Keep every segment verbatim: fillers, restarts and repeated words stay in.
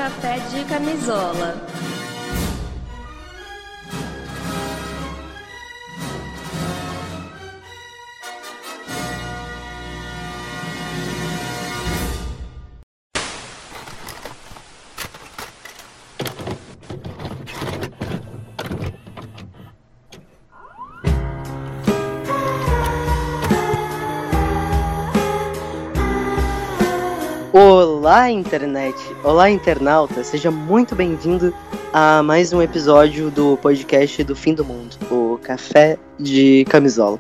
Café de Camisola. Olá, internet! Olá, internauta! Seja muito bem-vindo a mais um episódio do podcast do Fim do Mundo, o Café de Camisola.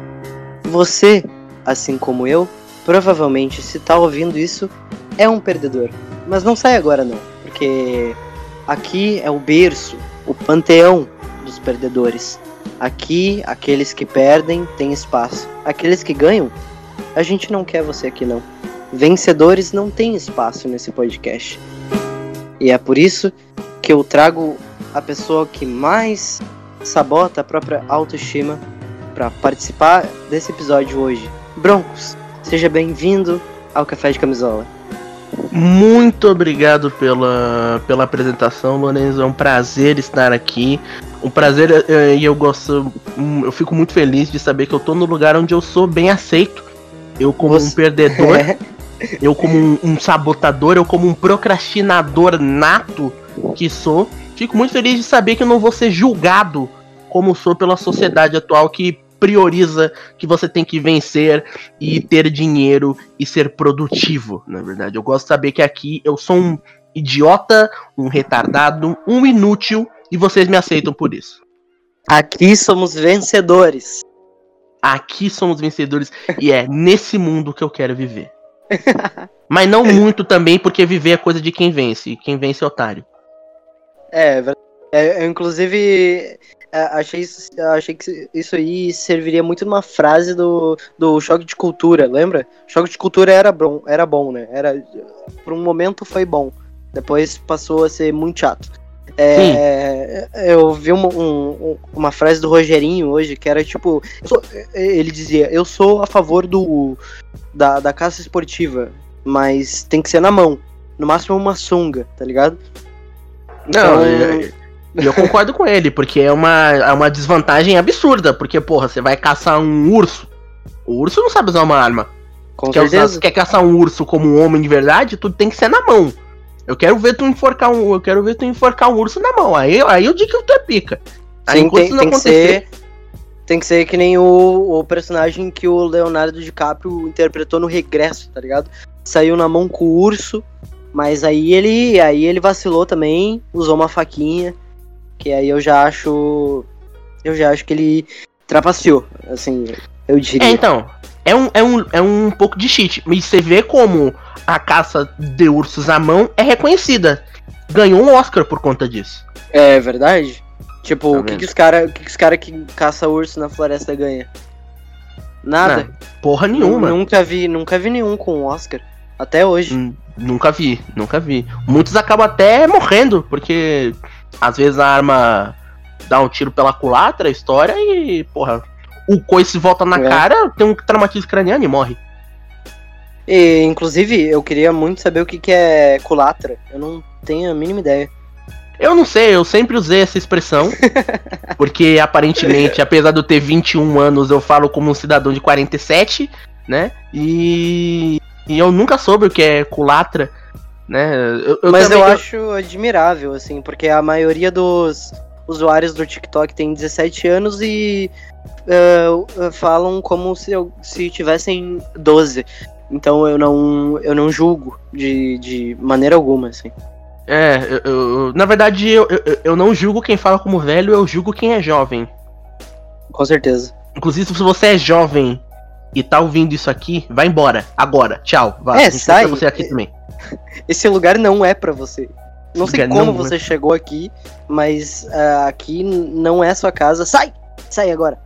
Você, assim como eu, provavelmente, se tá ouvindo isso, é um perdedor. Mas não sai agora não, porque aqui é o berço, o panteão dos perdedores. Aqui, aqueles que perdem têm espaço. Aqueles que ganham, a gente não quer você aqui não. Vencedores não têm espaço nesse podcast. E é por isso que eu trago a pessoa que mais sabota a própria autoestima para participar desse episódio hoje. Broncos, seja bem-vindo ao Café de Camisola. Muito obrigado pela, pela apresentação, Lorenzo. É um prazer estar aqui. Um prazer e eu gosto. Eu fico muito feliz de saber que eu tô no lugar onde eu sou bem aceito. Eu como Você... um perdedor. É. Eu como um, um sabotador, eu como um procrastinador nato que sou, fico muito feliz de saber que eu não vou ser julgado como sou pela sociedade atual que prioriza que você tem que vencer e ter dinheiro e ser produtivo, na verdade. Eu gosto de saber que aqui eu sou um idiota, um retardado, um inútil e vocês me aceitam por isso. Aqui somos vencedores. Aqui somos vencedores e é nesse mundo que eu quero viver. Mas não muito também, porque viver é coisa de quem vence. E quem vence é otário. É, é eu inclusive achei, achei que isso aí serviria muito numa frase do, do Choque de Cultura, lembra? Choque de Cultura era bom, era bom, né? Era, por um momento foi bom. Depois passou a ser muito chato. É, eu vi uma, um, uma frase do Rogerinho hoje que era tipo, eu sou, ele dizia, eu sou a favor do da, da caça esportiva, mas tem que ser na mão, no máximo uma sunga, tá ligado? Não, então... eu, eu concordo com ele, porque é uma, é uma desvantagem absurda, porque porra, você vai caçar um urso, o urso não sabe usar uma arma. Com quer, usar, você quer caçar um urso como um homem de verdade, tudo tem que ser na mão. Eu quero ver tu enforcar um, eu quero ver tu enforcar um urso na mão. Aí, aí eu digo que tu é pica. Aí, sim, tem, tem que ser, tem que ser que nem o, o personagem que o Leonardo DiCaprio interpretou no Regresso, tá ligado? Saiu na mão com o urso, mas aí ele, aí ele vacilou também, usou uma faquinha, que aí eu já acho, eu já acho que ele trapaceou, assim, eu diria. É, então, é um, é um, é um pouco de cheat, mas você vê como a caça de ursos à mão é reconhecida. Ganhou um Oscar por conta disso. É verdade? Tipo, tá o que, que os caras que, que, os cara que caça urso na floresta ganha? Nada. Não, porra nenhuma. Nunca vi, nunca vi nenhum com Oscar. Até hoje. Hum, nunca vi, nunca vi. Muitos acabam até morrendo, porque às vezes a arma dá um tiro pela culatra, a história, e, porra, o coice volta na é. cara, tem um traumatismo craniano e morre. E, inclusive, eu queria muito saber o que, que é culatra. Eu não tenho a mínima ideia. Eu não sei, eu sempre usei essa expressão. Porque, aparentemente, apesar de eu ter vinte e um anos, eu falo como um cidadão de quarenta e sete, né? E, e eu nunca soube o que é culatra, né? Eu, eu Mas também, eu eu... acho admirável, assim, porque a maioria dos usuários do TikTok tem dezessete anos e uh, falam como se, eu, se tivessem doze. Então eu não, eu não julgo de, de maneira alguma, assim. É, eu, eu, na verdade eu, eu, eu não julgo quem fala como velho, eu julgo quem é jovem. Com certeza. Inclusive, se você é jovem e tá ouvindo isso aqui, vai embora, agora, tchau. Vai, é, sai. Você aqui também. Esse lugar não é pra você. Não Esse sei como não você é. chegou aqui, mas uh, aqui não é sua casa. Sai! Sai agora!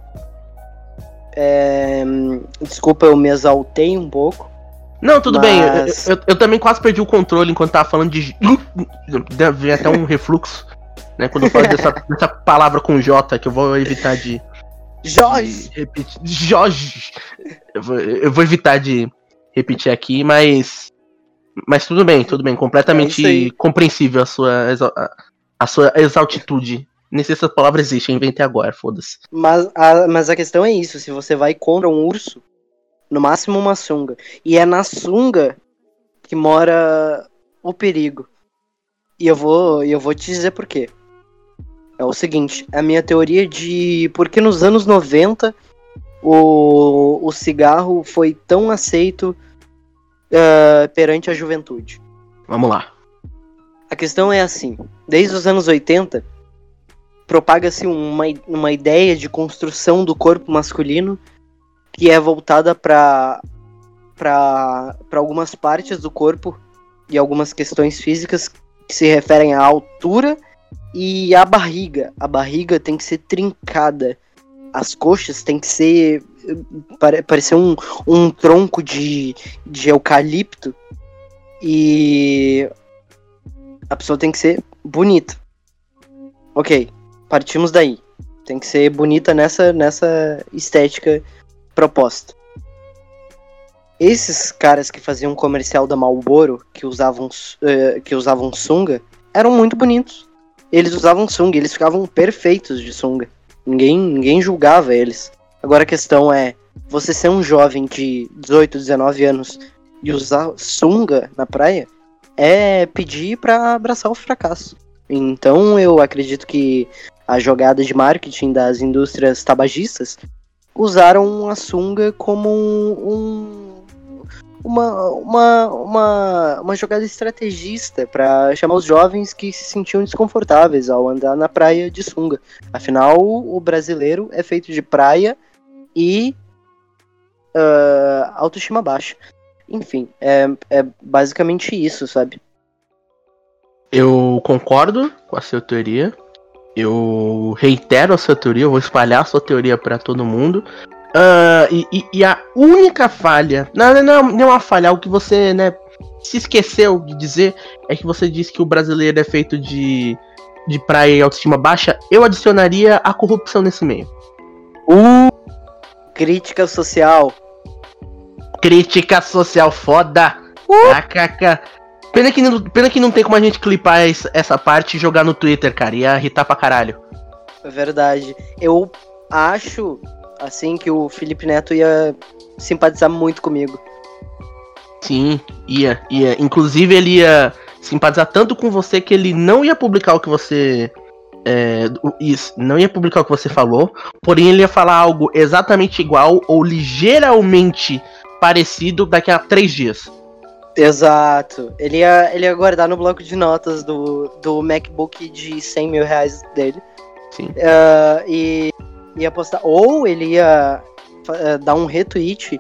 É, desculpa, eu me exaltei um pouco. Não, tudo Mas... bem, eu, eu, eu também quase perdi o controle enquanto tava falando de... Deve até um refluxo, né, quando eu falo dessa, dessa palavra com J, que eu vou evitar de... Jorge! De repetir. Jorge! Eu vou, eu vou evitar de repetir aqui, mas... Mas tudo bem, tudo bem. Completamente É compreensível a sua, exa- a, a sua exaltitude. Nem sei se essa palavra existe, eu inventei agora, foda-se. Mas a, mas a questão é isso, se você vai contra um urso, no máximo uma sunga. E é na sunga que mora o perigo. E eu vou, eu vou te dizer por quê. É o seguinte, a minha teoria de por que nos anos noventa o, o cigarro foi tão aceito uh, perante a juventude. Vamos lá. A questão é assim, desde os anos oitenta, propaga-se uma, uma ideia de construção do corpo masculino que é voltada para para algumas partes do corpo e algumas questões físicas que se referem à altura e à barriga. A barriga tem que ser trincada, as coxas tem que ser pare, parecer um, um tronco de, de eucalipto e a pessoa tem que ser bonita. Ok, partimos daí. Tem que ser bonita nessa, nessa estética proposta. Esses caras que faziam comercial da Marlboro, que usavam, uh, que usavam sunga, eram muito bonitos. Eles usavam sunga, eles ficavam perfeitos de sunga. Ninguém, ninguém julgava eles. Agora a questão é, você ser um jovem de dezoito, dezenove anos e usar sunga na praia é pedir pra abraçar o fracasso. Então eu acredito que a jogada de marketing das indústrias tabagistas usaram a sunga como um, um, uma, uma, uma, uma jogada estrategista para chamar os jovens que se sentiam desconfortáveis ao andar na praia de sunga. Afinal, o brasileiro é feito de praia e uh, autoestima baixa. Enfim, é, é basicamente isso, sabe? Eu concordo com a sua teoria. Eu reitero a sua teoria, eu vou espalhar a sua teoria pra todo mundo. Uh, e, e, e a única falha, não, não, não, não é uma falha, algo que você, né, se esqueceu de dizer, é que você disse que o brasileiro é feito de, de praia e autoestima baixa. Eu adicionaria a corrupção nesse meio. Uh, crítica social. Crítica social foda. Uh. Kkk. Pena que, não, pena que não tem como a gente clipar essa, essa parte e jogar no Twitter, cara. Ia irritar pra caralho. É verdade. Eu acho, assim, que o Felipe Neto ia simpatizar muito comigo. Sim, ia, ia. Inclusive, ele ia simpatizar tanto com você que ele não ia publicar o que você... É, isso, não ia publicar o que você falou. Porém, ele ia falar algo exatamente igual ou ligeiramente parecido daqui a três dias. Exato. Ele ia, ele ia guardar no bloco de notas do, do MacBook de cem mil reais dele. Sim. Uh, e ia postar. Ou ele ia uh, dar um retweet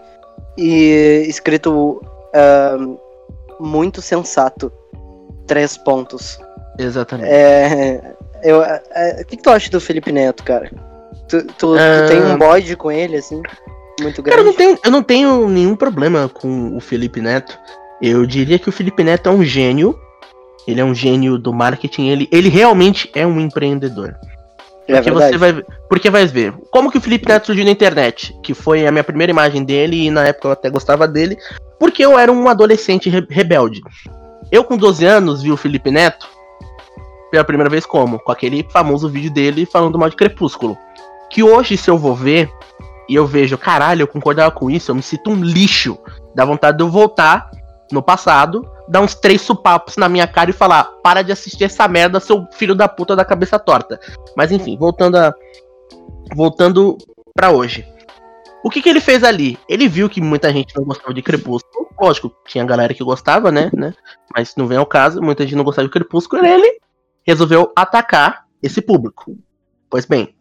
e escrito uh, muito sensato. Três pontos. Exatamente. É, eu, uh, uh, o que, que tu acha do Felipe Neto, cara? Tu, tu, uh... tu tem um bode com ele, assim? Muito grande? Cara, eu não tenho, eu não tenho nenhum problema com o Felipe Neto. Eu diria que o Felipe Neto é um gênio. Ele é um gênio do marketing. Ele, ele realmente é um empreendedor. É porque verdade. você vai, porque vai ver. Como que o Felipe Neto surgiu na internet? Que foi a minha primeira imagem dele. E na época eu até gostava dele. Porque eu era um adolescente re- rebelde. Eu com doze anos vi o Felipe Neto pela primeira vez como? Com aquele famoso vídeo dele falando mal de Crepúsculo. Que hoje, se eu vou ver e eu vejo, caralho, eu concordava com isso, eu me sinto um lixo. Dá vontade de eu voltar no passado, dar uns três supapos na minha cara e falar, para de assistir essa merda, seu filho da puta da cabeça torta. Mas enfim, voltando a... voltando pra hoje. O que que ele fez ali? Ele viu que muita gente não gostava de Crepúsculo. Lógico, tinha galera que gostava, né? né? Mas não vem ao caso, muita gente não gostava de Crepúsculo. E ele resolveu atacar esse público. Pois bem,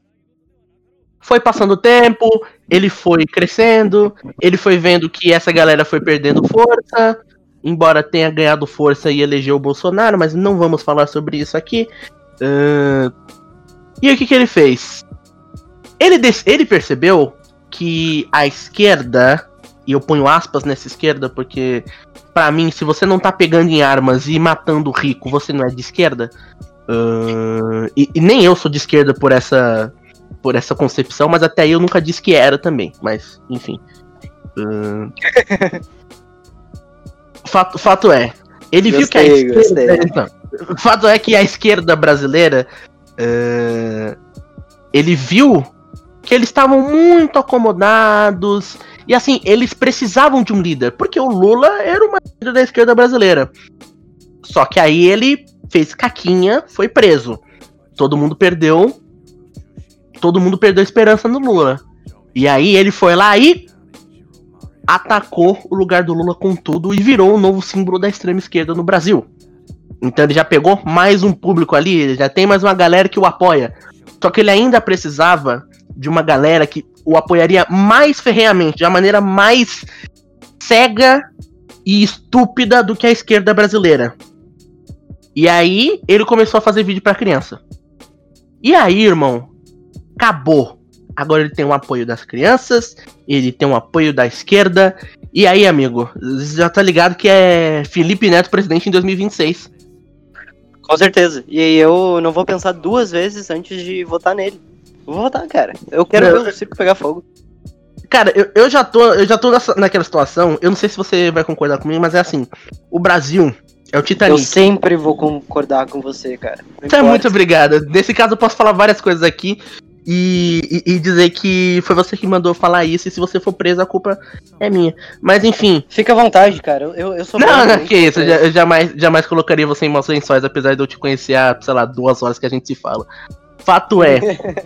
foi passando o tempo, ele foi crescendo, ele foi vendo que essa galera foi perdendo força, embora tenha ganhado força e elegeu o Bolsonaro, mas não vamos falar sobre isso aqui. Uh... E o que que ele fez? Ele, des- ele percebeu que a esquerda, e eu ponho aspas nessa esquerda porque, pra mim, se você não tá pegando em armas e matando o rico, você não é de esquerda. Uh... E, e nem eu sou de esquerda por essa... por essa concepção, mas até aí eu nunca disse que era também, mas enfim. Uh... fato, fato é, Ele viu que a Gostei, esquerda. gostei. Então, o fato é que a esquerda brasileira. eh, ele viu que eles estavam muito acomodados. E assim, eles precisavam de um líder. Porque o Lula era uma líder da esquerda brasileira. Só que aí ele fez caquinha, foi preso. Todo mundo perdeu. Todo mundo perdeu a esperança no Lula. E aí ele foi lá e atacou o lugar do Lula com tudo e virou o novo símbolo da extrema esquerda no Brasil. Então ele já pegou mais um público ali, ele já tem mais uma galera que o apoia. Só que ele ainda precisava de uma galera que o apoiaria mais ferrenhamente, de uma maneira mais cega e estúpida do que a esquerda brasileira. E aí ele começou a fazer vídeo pra criança. E aí, irmão, acabou. Agora ele tem o apoio das crianças, ele tem o apoio da esquerda. E aí, amigo, já tá ligado que é Felipe Neto presidente em dois mil e vinte e seis. Com certeza. E eu não vou pensar duas vezes antes de votar nele. Vou votar, cara. Eu quero Não. ver o circo pegar fogo. Cara, eu, eu já tô, eu já tô nessa, naquela situação. Eu não sei se você vai concordar comigo, mas é assim: o Brasil é o Eu Titanic. sempre vou concordar com você, cara. Não Tá, importa. muito obrigado. Nesse caso, eu posso falar várias coisas aqui e, e, e dizer que foi você que mandou falar isso. E se você for preso, a culpa é minha. Mas enfim. Fica à vontade, cara. Eu, eu, eu sou Não, bom, não, né? que isso. Eu, já- eu jamais, jamais colocaria você em maus lençóis, apesar de eu te conhecer há, sei lá, duas horas que a gente se fala. Fato é.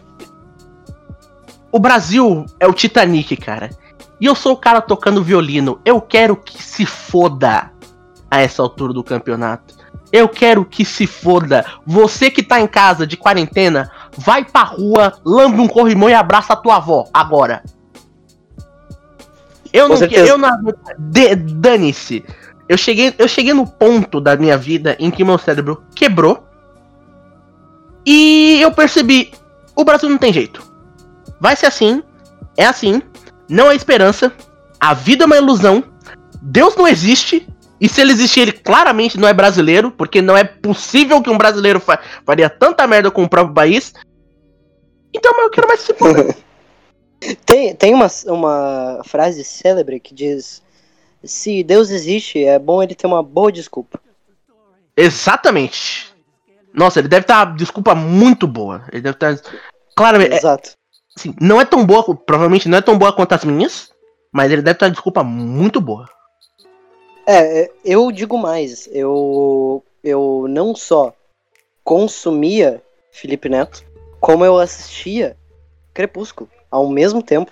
O Brasil é o Titanic, cara. E eu sou o cara tocando violino. Eu quero que se foda a essa altura do campeonato. Eu quero que se foda. Você que tá em casa de quarentena, vai pra rua, lambe um corrimão e abraça a tua avó. Agora. Eu Com não certeza. quero. Eu não. de- Dane-se. Eu cheguei, eu cheguei no ponto da minha vida em que meu cérebro quebrou. E eu percebi: o Brasil não tem jeito. Vai ser assim, é assim, não há esperança, a vida é uma ilusão, Deus não existe, e se ele existir, ele claramente não é brasileiro, porque não é possível que um brasileiro fa- faria tanta merda com o próprio país. Então eu quero mais se foda. Tem, tem uma, uma frase célebre que diz: se Deus existe, é bom ele ter uma boa desculpa. Exatamente. Nossa, ele deve estar uma desculpa muito boa. Ele deve estar. Claramente, é, Exato. assim, não é tão boa, provavelmente não é tão boa quanto as minhas, mas ele deve ter uma desculpa muito boa. É, é, eu digo mais. Eu, eu não só consumia Felipe Neto, como eu assistia Crepúsculo ao mesmo tempo.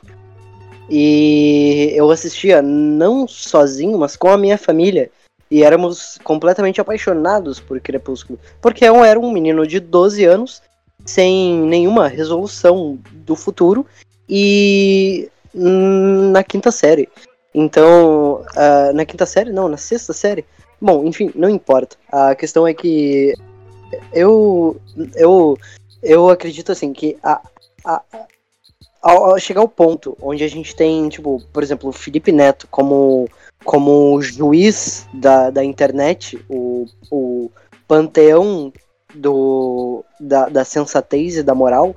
E eu assistia não sozinho, mas com a minha família. E éramos completamente apaixonados por Crepúsculo. Porque eu era um menino de doze anos, sem nenhuma resolução do futuro, e hum, na quinta série. Então, uh, na quinta série? Não, na sexta série. Bom, enfim, não importa. A questão é que eu eu, eu acredito assim que a, a, ao, ao chegar ao ponto onde a gente tem, tipo, por exemplo, o Felipe Neto como, como juiz da, da internet, o, o panteão do, da, da sensatez e da moral,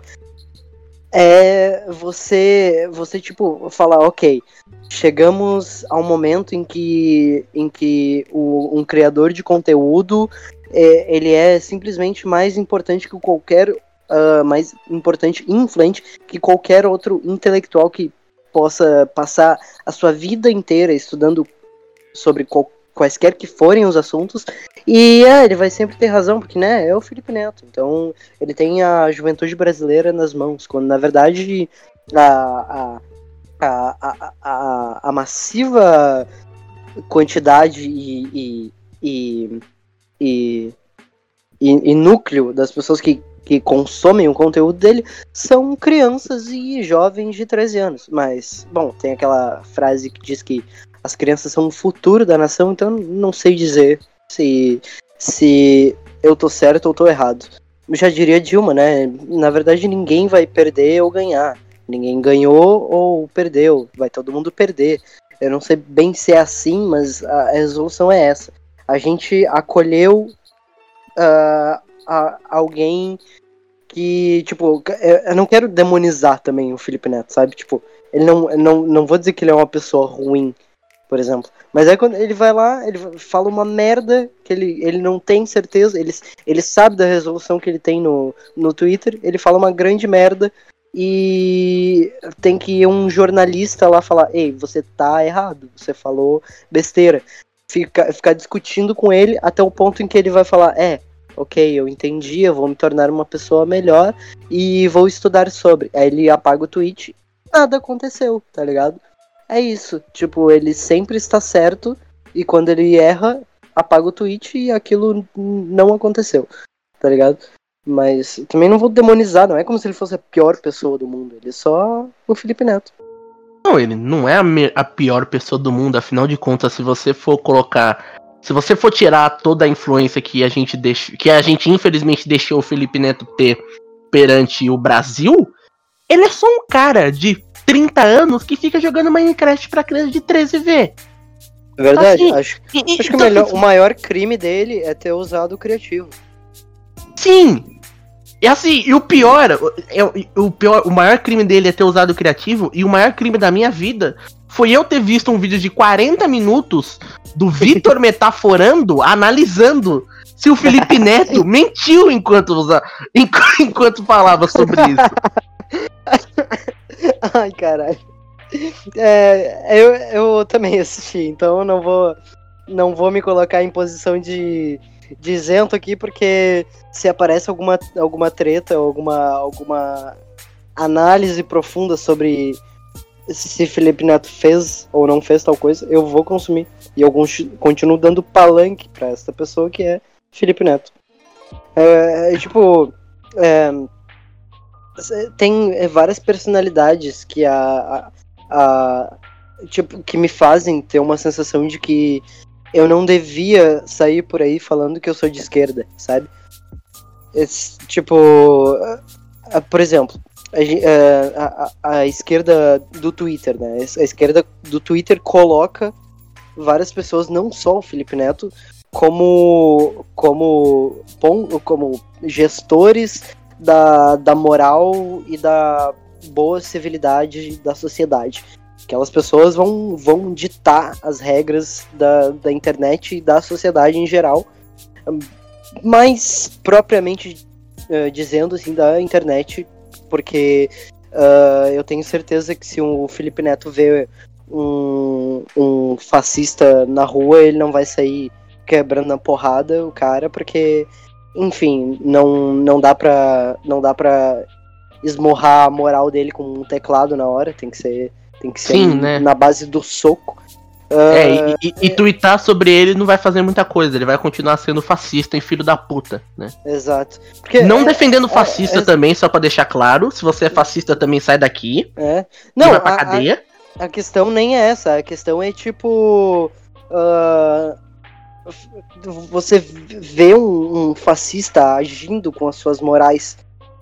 é você, você tipo, falar, ok, chegamos a um momento em que, em que o, um criador de conteúdo, é, ele é simplesmente mais importante que qualquer, uh, mais importante e influente que qualquer outro intelectual que possa passar a sua vida inteira estudando sobre qual, quaisquer que forem os assuntos, e é, ele vai sempre ter razão, porque, né, é o Felipe Neto, então ele tem a juventude brasileira nas mãos, quando na verdade a, a, a, a, a, a massiva quantidade e, e, e, e, e, e núcleo das pessoas que, que consomem o conteúdo dele são crianças e jovens de treze anos, mas, bom, tem aquela frase que diz que as crianças são o futuro da nação, então não sei dizer se, se eu tô certo ou tô errado. Eu já diria Dilma, né? Na verdade, ninguém vai perder ou ganhar. Ninguém ganhou ou perdeu. Vai todo mundo perder. Eu não sei bem se é assim, mas a resolução é essa. A gente acolheu uh, a, alguém que, tipo, eu não quero demonizar também o Felipe Neto, sabe? Tipo, ele não, não, não vou dizer que ele é uma pessoa ruim, por exemplo. Mas aí quando ele vai lá, ele fala uma merda que ele, ele não tem certeza, ele, ele sabe da resolução que ele tem no, no Twitter, ele fala uma grande merda e tem que ir um jornalista lá falar, ei, você tá errado, você falou besteira. Fica, ficar discutindo com ele até o ponto em que ele vai falar, é, ok, eu entendi, eu vou me tornar uma pessoa melhor e vou estudar sobre. Aí ele apaga o tweet, nada aconteceu, tá ligado? É isso, tipo, ele sempre está certo e quando ele erra, apaga o tweet e aquilo não aconteceu, tá ligado? Mas também não vou demonizar, não é como se ele fosse a pior pessoa do mundo, ele é só o Felipe Neto. Não, ele não é a, me- a pior pessoa do mundo, afinal de contas, se você for colocar... Se você for tirar toda a influência que a gente deixou, que a gente infelizmente deixou o Felipe Neto ter perante o Brasil, ele é só um cara de trinta anos que fica jogando Minecraft pra criança de treze ver. É verdade, Assim, acho, e- e- acho que o, então, melhor, assim, o maior crime dele é ter usado o criativo. Sim! E assim, e o pior, é, o pior, o maior crime dele é ter usado o criativo, e o maior crime da minha vida foi eu ter visto um vídeo de quarenta minutos do Vitor metaforando, analisando se o Felipe Neto mentiu enquanto, usa, enquanto, enquanto falava sobre isso. Ai, caralho. É, eu, eu também assisti, então eu não vou, não vou me colocar em posição de, de isento aqui, porque se aparece alguma, alguma treta, alguma, alguma análise profunda sobre se Felipe Neto fez ou não fez tal coisa, eu vou consumir. E eu continuo dando palanque pra essa pessoa que é Felipe Neto. É, é tipo... É, tem várias personalidades que a, a, a tipo que me fazem ter uma sensação de que eu não devia sair por aí falando que eu sou de esquerda, sabe? Esse, tipo, por exemplo, a, a, a esquerda do Twitter, né? A esquerda do Twitter coloca várias pessoas, não só o Felipe Neto, como como como gestores Da, da moral e da boa civilidade da sociedade. Aquelas pessoas vão, vão ditar as regras da, da internet e da sociedade em geral, mas propriamente uh, dizendo assim, da internet, porque uh, eu tenho certeza que se o Felipe Neto vê um, um fascista na rua, ele não vai sair quebrando na porrada o cara, porque enfim, não, não dá pra não dá pra esmurrar a moral dele com um teclado na hora, tem que ser, tem que ser Sim, né? na base do soco. É, uh, e, e, e tweetar sobre ele não vai fazer muita coisa, ele vai continuar sendo fascista e filho da puta, né? Exato. Porque não é, defendendo fascista é, é, também, só pra deixar claro, se você é fascista também sai daqui. É. Não, vai pra a, cadeia. A, a questão nem é essa, a questão é tipo... Uh, você vê um, um fascista agindo com as suas morais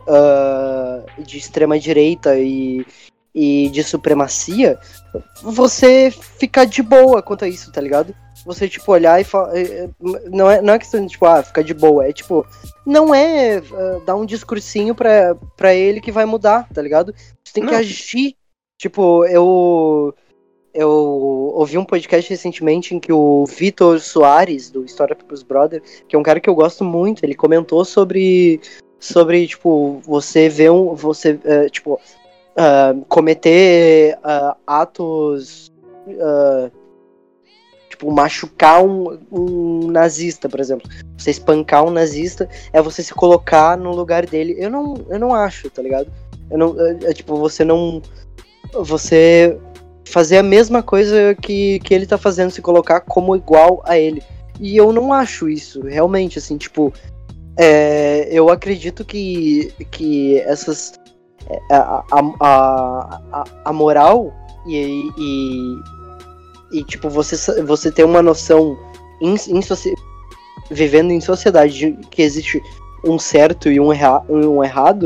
uh, de extrema direita e, e de supremacia, você fica de boa quanto a isso, tá ligado? Você, tipo, olhar e falar... Não é, não é questão de, tipo, ah, ficar de boa, é tipo... Não é uh, dar um discursinho pra, pra ele que vai mudar, tá ligado? Você tem não. que agir. Tipo, eu... Eu ouvi um podcast recentemente em que o Vitor Soares, do História pros Brothers, que é um cara que eu gosto muito, ele comentou sobre, sobre tipo, você ver um, você, uh, tipo, uh, cometer uh, atos, uh, tipo, machucar um, um nazista, por exemplo. Você espancar um nazista é você se colocar no lugar dele. Eu não, eu não acho, tá ligado? Eu não, é, é, tipo, você não... Você... fazer a mesma coisa que, que ele tá fazendo, se colocar como igual a ele. E eu não acho isso, realmente, assim, tipo... É, eu acredito que, que essas... A, a, a, a, a moral e, e, e, tipo, você, você ter uma noção em, em vivendo em sociedade de que existe um certo e um, erra, um errado,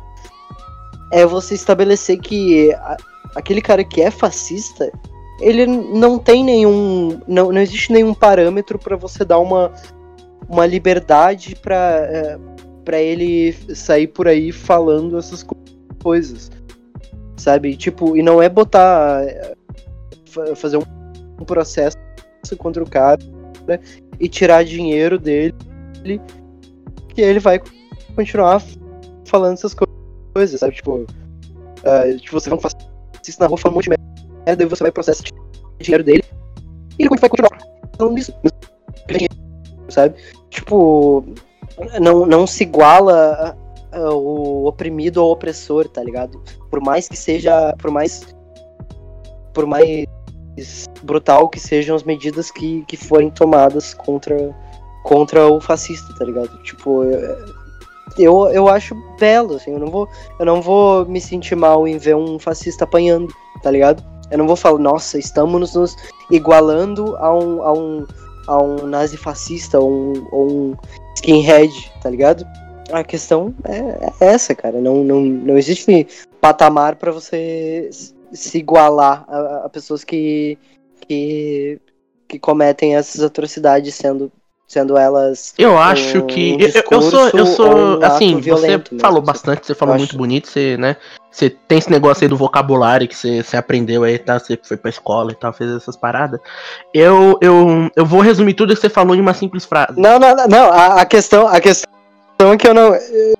é você estabelecer que... A, aquele cara que é fascista, ele não tem nenhum... Não, não existe nenhum parâmetro pra você dar uma, uma liberdade pra, é, pra ele sair por aí falando essas coisas, sabe? Tipo, e não é botar... Fazer um um processo contra o cara, né, e tirar dinheiro dele, que ele vai continuar falando essas coisas, sabe? Tipo, uh, tipo você vai um fascista na rua falando um monte de merda, e você vai processar o dinheiro dele, e ele vai continuar falando isso, sabe? Tipo, não, não se iguala uh, o oprimido ao opressor, tá ligado? Por mais que seja, por mais por mais brutal que sejam as medidas que, que forem tomadas contra, contra o fascista, tá ligado? Tipo, eu, eu acho belo, assim, eu não vou, eu não vou me sentir mal em ver um fascista apanhando, tá ligado? Eu não vou falar, nossa, estamos nos igualando a um, a um, a um nazi fascista ou um, ou um skinhead, tá ligado? A questão é, é essa, cara, não, não, não existe patamar pra você se igualar a, a pessoas que, que, que cometem essas atrocidades, sendo, sendo elas eu acho um, que um eu, eu sou eu sou um assim, você mesmo, falou bastante, você falou muito acho... bonito, você, né, você tem esse negócio aí do vocabulário que você, você aprendeu aí, tá, você foi pra escola e tal, fez essas paradas. Eu, eu, eu vou resumir tudo que você falou em uma simples frase. Não, não, não, não a, a questão a questão é que eu não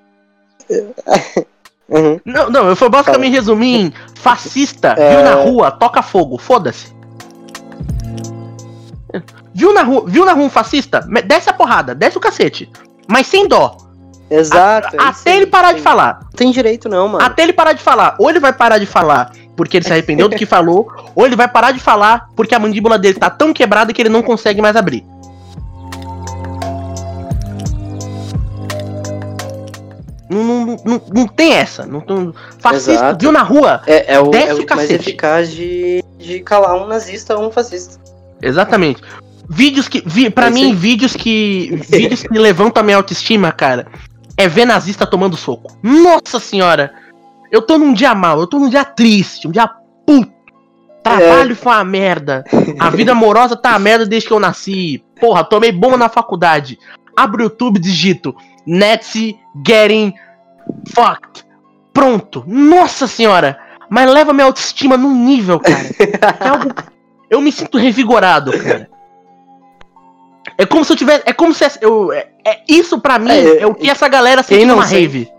Uhum. Não, não, eu fui basicamente Fala. resumir em fascista, é... viu na rua, toca fogo, foda-se. Viu na rua, viu na rua um fascista? Desce a porrada, desce o cacete. Mas sem dó. Exato. A, é até ele parar sim. de falar. Não tem direito não, mano. Até ele parar de falar. Ou ele vai parar de falar porque ele se arrependeu do que falou, ou ele vai parar de falar porque a mandíbula dele tá tão quebrada que ele não consegue mais abrir. Não, não, não, não tem essa. Não, não, fascista, Exato. viu na rua, é, é o, desce é o o cacete. mais eficaz de, de calar um nazista ou um fascista. Exatamente. Vídeos que, vi, pra é mim, vídeos que vídeos que levantam a minha autoestima, cara, é ver nazista tomando soco. Nossa senhora! Eu tô num dia mal, eu tô num dia triste, um dia puto. Trabalho é. foi uma merda. A vida amorosa tá uma merda desde que eu nasci. Porra, tomei bomba na faculdade. Abro o YouTube e digito Nazi getting fucked. Pronto. Nossa senhora. Mas leva minha autoestima num nível, cara. É algo... Eu me sinto revigorado, cara. É como se eu tivesse... É como se... Eu, é, é, isso pra mim é, é o que essa galera sente numa rave.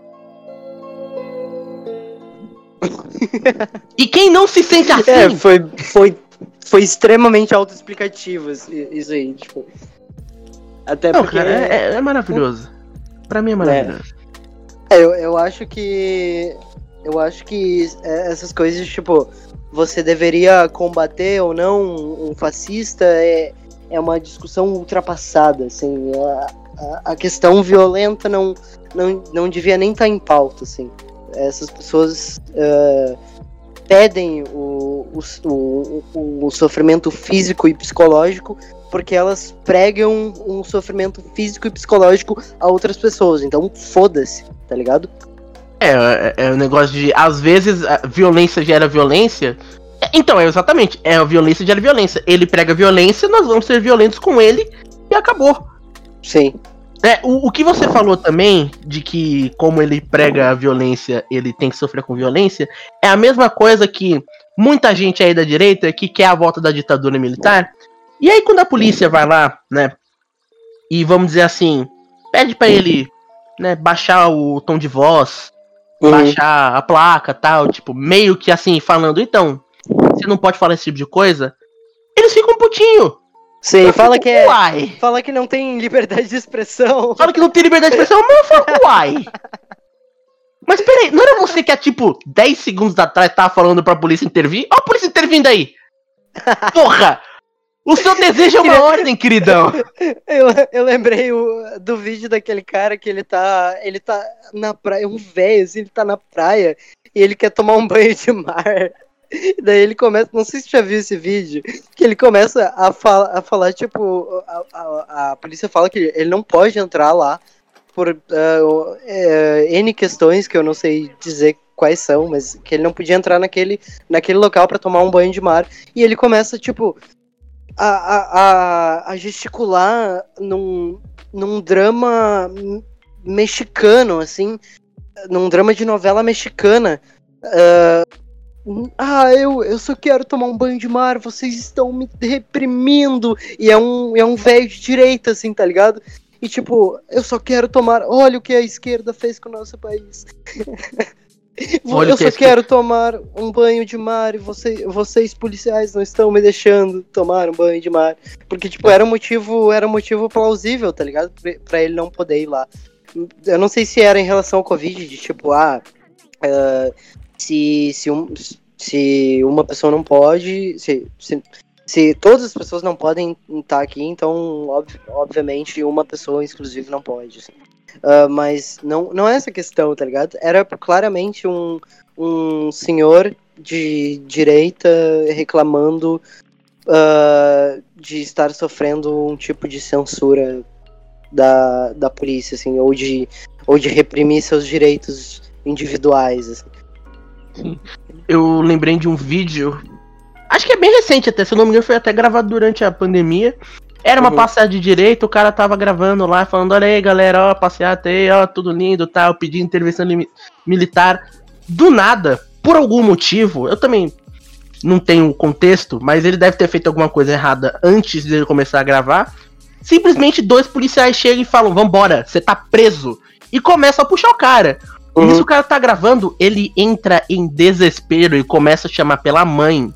E quem não se sente assim... É, foi, foi, foi extremamente autoexplicativo isso aí, tipo... Até não, porque... cara, é, é maravilhoso. Pra mim é maravilhoso. É, eu, eu acho que... Eu acho que essas coisas, tipo... Você deveria combater ou não um fascista é, é uma discussão ultrapassada, assim. A, a, a questão violenta não, não, não devia nem estar em pauta, assim. Essas pessoas uh, pedem o, o, o, o sofrimento físico e psicológico porque elas pregam um sofrimento físico e psicológico a outras pessoas. Então, foda-se, tá ligado? É, é o negócio de, às vezes, a violência gera violência. Então, é exatamente, é a violência gera violência. Ele prega violência, nós vamos ser violentos com ele e acabou. Sim. É, o, o que você falou também, de que como ele prega a violência, ele tem que sofrer com violência, é a mesma coisa que muita gente aí da direita que quer a volta da ditadura militar. E aí quando a polícia vai lá, né, e vamos dizer assim, pede pra ele, né, baixar o tom de voz, uhum. baixar a placa, tal, tipo, meio que assim, falando, então, você não pode falar esse tipo de coisa, eles ficam putinho. Sim, eu fala fico, que é, uai. Fala que não tem liberdade de expressão. Fala que não tem liberdade de expressão, mas eu falo, uai. Mas peraí, não era você que há tipo dez segundos atrás tava falando pra polícia intervir? Ó a polícia intervindo aí. Porra! O seu desejo é uma ordem, queridão. Eu, eu lembrei o, do vídeo daquele cara que ele tá, ele tá na praia, um velho, assim, ele tá na praia e ele quer tomar um banho de mar. E daí ele começa, não sei se você já viu esse vídeo, que ele começa a, fala, a falar, tipo, a, a, a polícia fala que ele não pode entrar lá por uh, uh, N questões que eu não sei dizer quais são, mas que ele não podia entrar naquele, naquele local pra tomar um banho de mar. E ele começa, tipo... A, a, a gesticular num, num drama mexicano, assim, num drama de novela mexicana, uh, Ah, eu, eu só quero tomar um banho de mar, vocês estão me reprimindo. E é um, é um velho de direita, assim, tá ligado? E tipo, eu só quero tomar. Olha o que a esquerda fez com o nosso país. Olha eu o que só a esquerda- quero tomar um banho de mar e você, vocês, policiais, não estão me deixando tomar um banho de mar. Porque, tipo, era um motivo, era um motivo plausível, tá ligado? Pra- Pra ele não poder ir lá. Eu não sei se era em relação ao Covid, de tipo, ah. Uh, se, se, um, se uma pessoa não pode, se, se, se todas as pessoas não podem estar aqui, então ob, obviamente uma pessoa exclusiva não pode, assim. Uh, mas não, não é essa questão, tá ligado? Era claramente um, um senhor de direita reclamando uh, de estar sofrendo um tipo de censura da, da polícia, assim, ou de, ou de reprimir seus direitos individuais, assim. Eu lembrei de um vídeo, acho que é bem recente até, se eu não me engano foi até gravado durante a pandemia. Era uma Uhum. passeada de direita, o cara tava gravando lá, falando, olha aí galera, ó, passeata aí, ó, tudo lindo, tal, pedindo intervenção limi- militar. Do nada, por algum motivo, eu também não tenho contexto, mas ele deve ter feito alguma coisa errada antes de ele começar a gravar. Simplesmente dois policiais chegam e falam, vambora, você tá preso. E começam a puxar o cara. Uhum. Nisso o cara tá gravando, ele entra em desespero e começa a chamar pela mãe.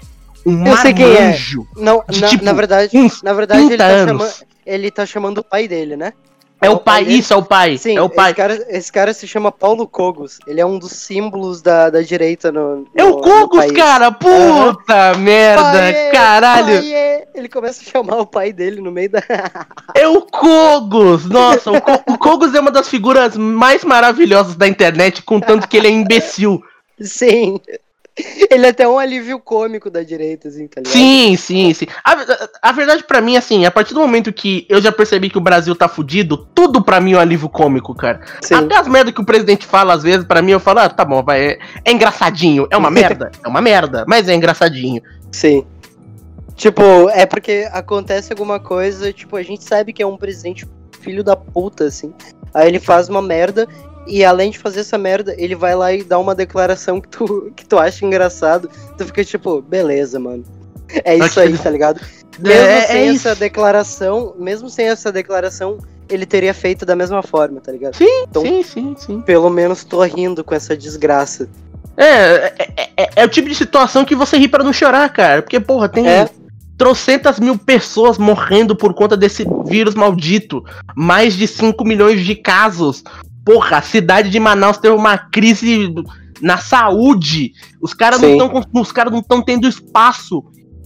Um Eu sei quem é. marmanjo. Não, De, na, tipo, na verdade, uns na verdade ele trinta tá, anos. chama, ele tá chamando o pai dele, né? É o pai, dele. isso, é o pai. Sim, é o pai. Esse, cara, esse cara se chama Paulo Cogos. Ele é um dos símbolos da, da direita no, no É o no Cogos, país. cara! Puta merda, Paiê, caralho! paiê. Ele começa a chamar o pai dele no meio da... É o Cogos! Nossa, o, Co- o Cogos é uma das figuras mais maravilhosas da internet, contanto que ele é imbecil. Sim. Ele é até um alívio cômico da direita, assim, tá ligado? Sim, sim, sim. A, a, a verdade pra mim, assim, a partir do momento que eu já percebi que o Brasil tá fudido, tudo pra mim é um alívio cômico, cara. Sim. Até as merdas que o presidente fala, às vezes, pra mim, eu falo, ah, tá bom, vai, é, é engraçadinho. É uma merda? É uma merda, mas é engraçadinho. Sim. Tipo, é porque acontece alguma coisa, tipo, a gente sabe que é um presidente filho da puta, assim. Aí ele faz uma merda e além de fazer essa merda, ele vai lá e dá uma declaração que tu, que tu acha engraçado. Tu fica tipo, beleza, mano. É isso aí, tá ligado? Mesmo É, sem é essa isso. declaração, mesmo sem essa declaração, ele teria feito da mesma forma, tá ligado? Sim, Então- sim, sim, sim. Pelo menos tô rindo com essa desgraça. É, é, é, é- é o tipo de situação que você ri pra não chorar, cara. Porque, porra, tem É. trocentas mil pessoas morrendo por conta desse vírus maldito. Mais de cinco milhões de casos. Porra, a cidade de Manaus teve uma crise na saúde. Os caras não Sim. estão os caras não estão tendo espaço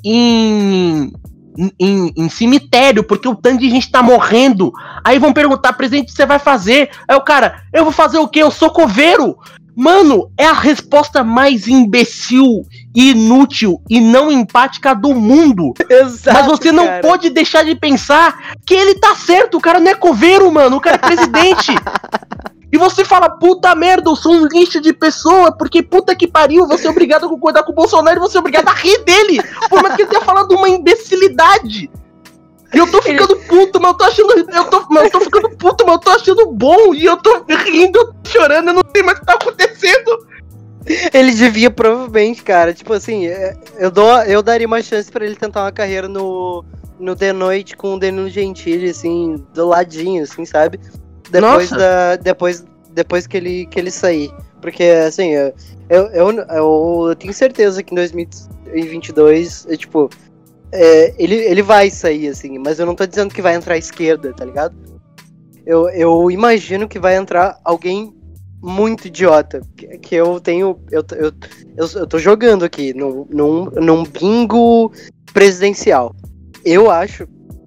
em, em, em cemitério, porque o tanto de gente tá morrendo. Aí vão perguntar, presidente, o que você vai fazer? Aí o cara, eu vou fazer o quê? Eu sou coveiro. Mano, é a resposta mais imbecil, inútil e não empática do mundo. Exato, Mas você não cara. pode deixar de pensar que ele tá certo. O cara não é coveiro, mano. O cara é presidente. E você fala, puta merda, eu sou um lixo de pessoa, porque puta que pariu, você é obrigado a concordar com o Bolsonaro e você é obrigado a rir dele. Por mais que ele tenha falado uma imbecilidade. E eu tô ficando puto, mas eu tô achando. Eu tô, mas eu tô ficando puto, mas eu tô achando bom. E eu tô rindo, eu tô chorando, eu não sei mais o que tá acontecendo. Ele devia, provavelmente, cara. Tipo assim, é, eu, dou, eu daria uma chance pra ele tentar uma carreira no, no The Noite com o Danilo Gentili, assim, do ladinho, assim, sabe? Depois, Nossa. da, depois, depois que, ele, que ele sair. Porque, assim, eu, eu, eu, eu tenho certeza que em dois mil e vinte e dois, é, tipo, é, ele, ele vai sair, assim, mas eu não tô dizendo que vai entrar à esquerda, tá ligado? Eu, eu imagino que vai entrar alguém muito idiota, que, que eu tenho, eu, eu, eu, eu tô jogando aqui, no, num, num bingo presidencial. Eu acho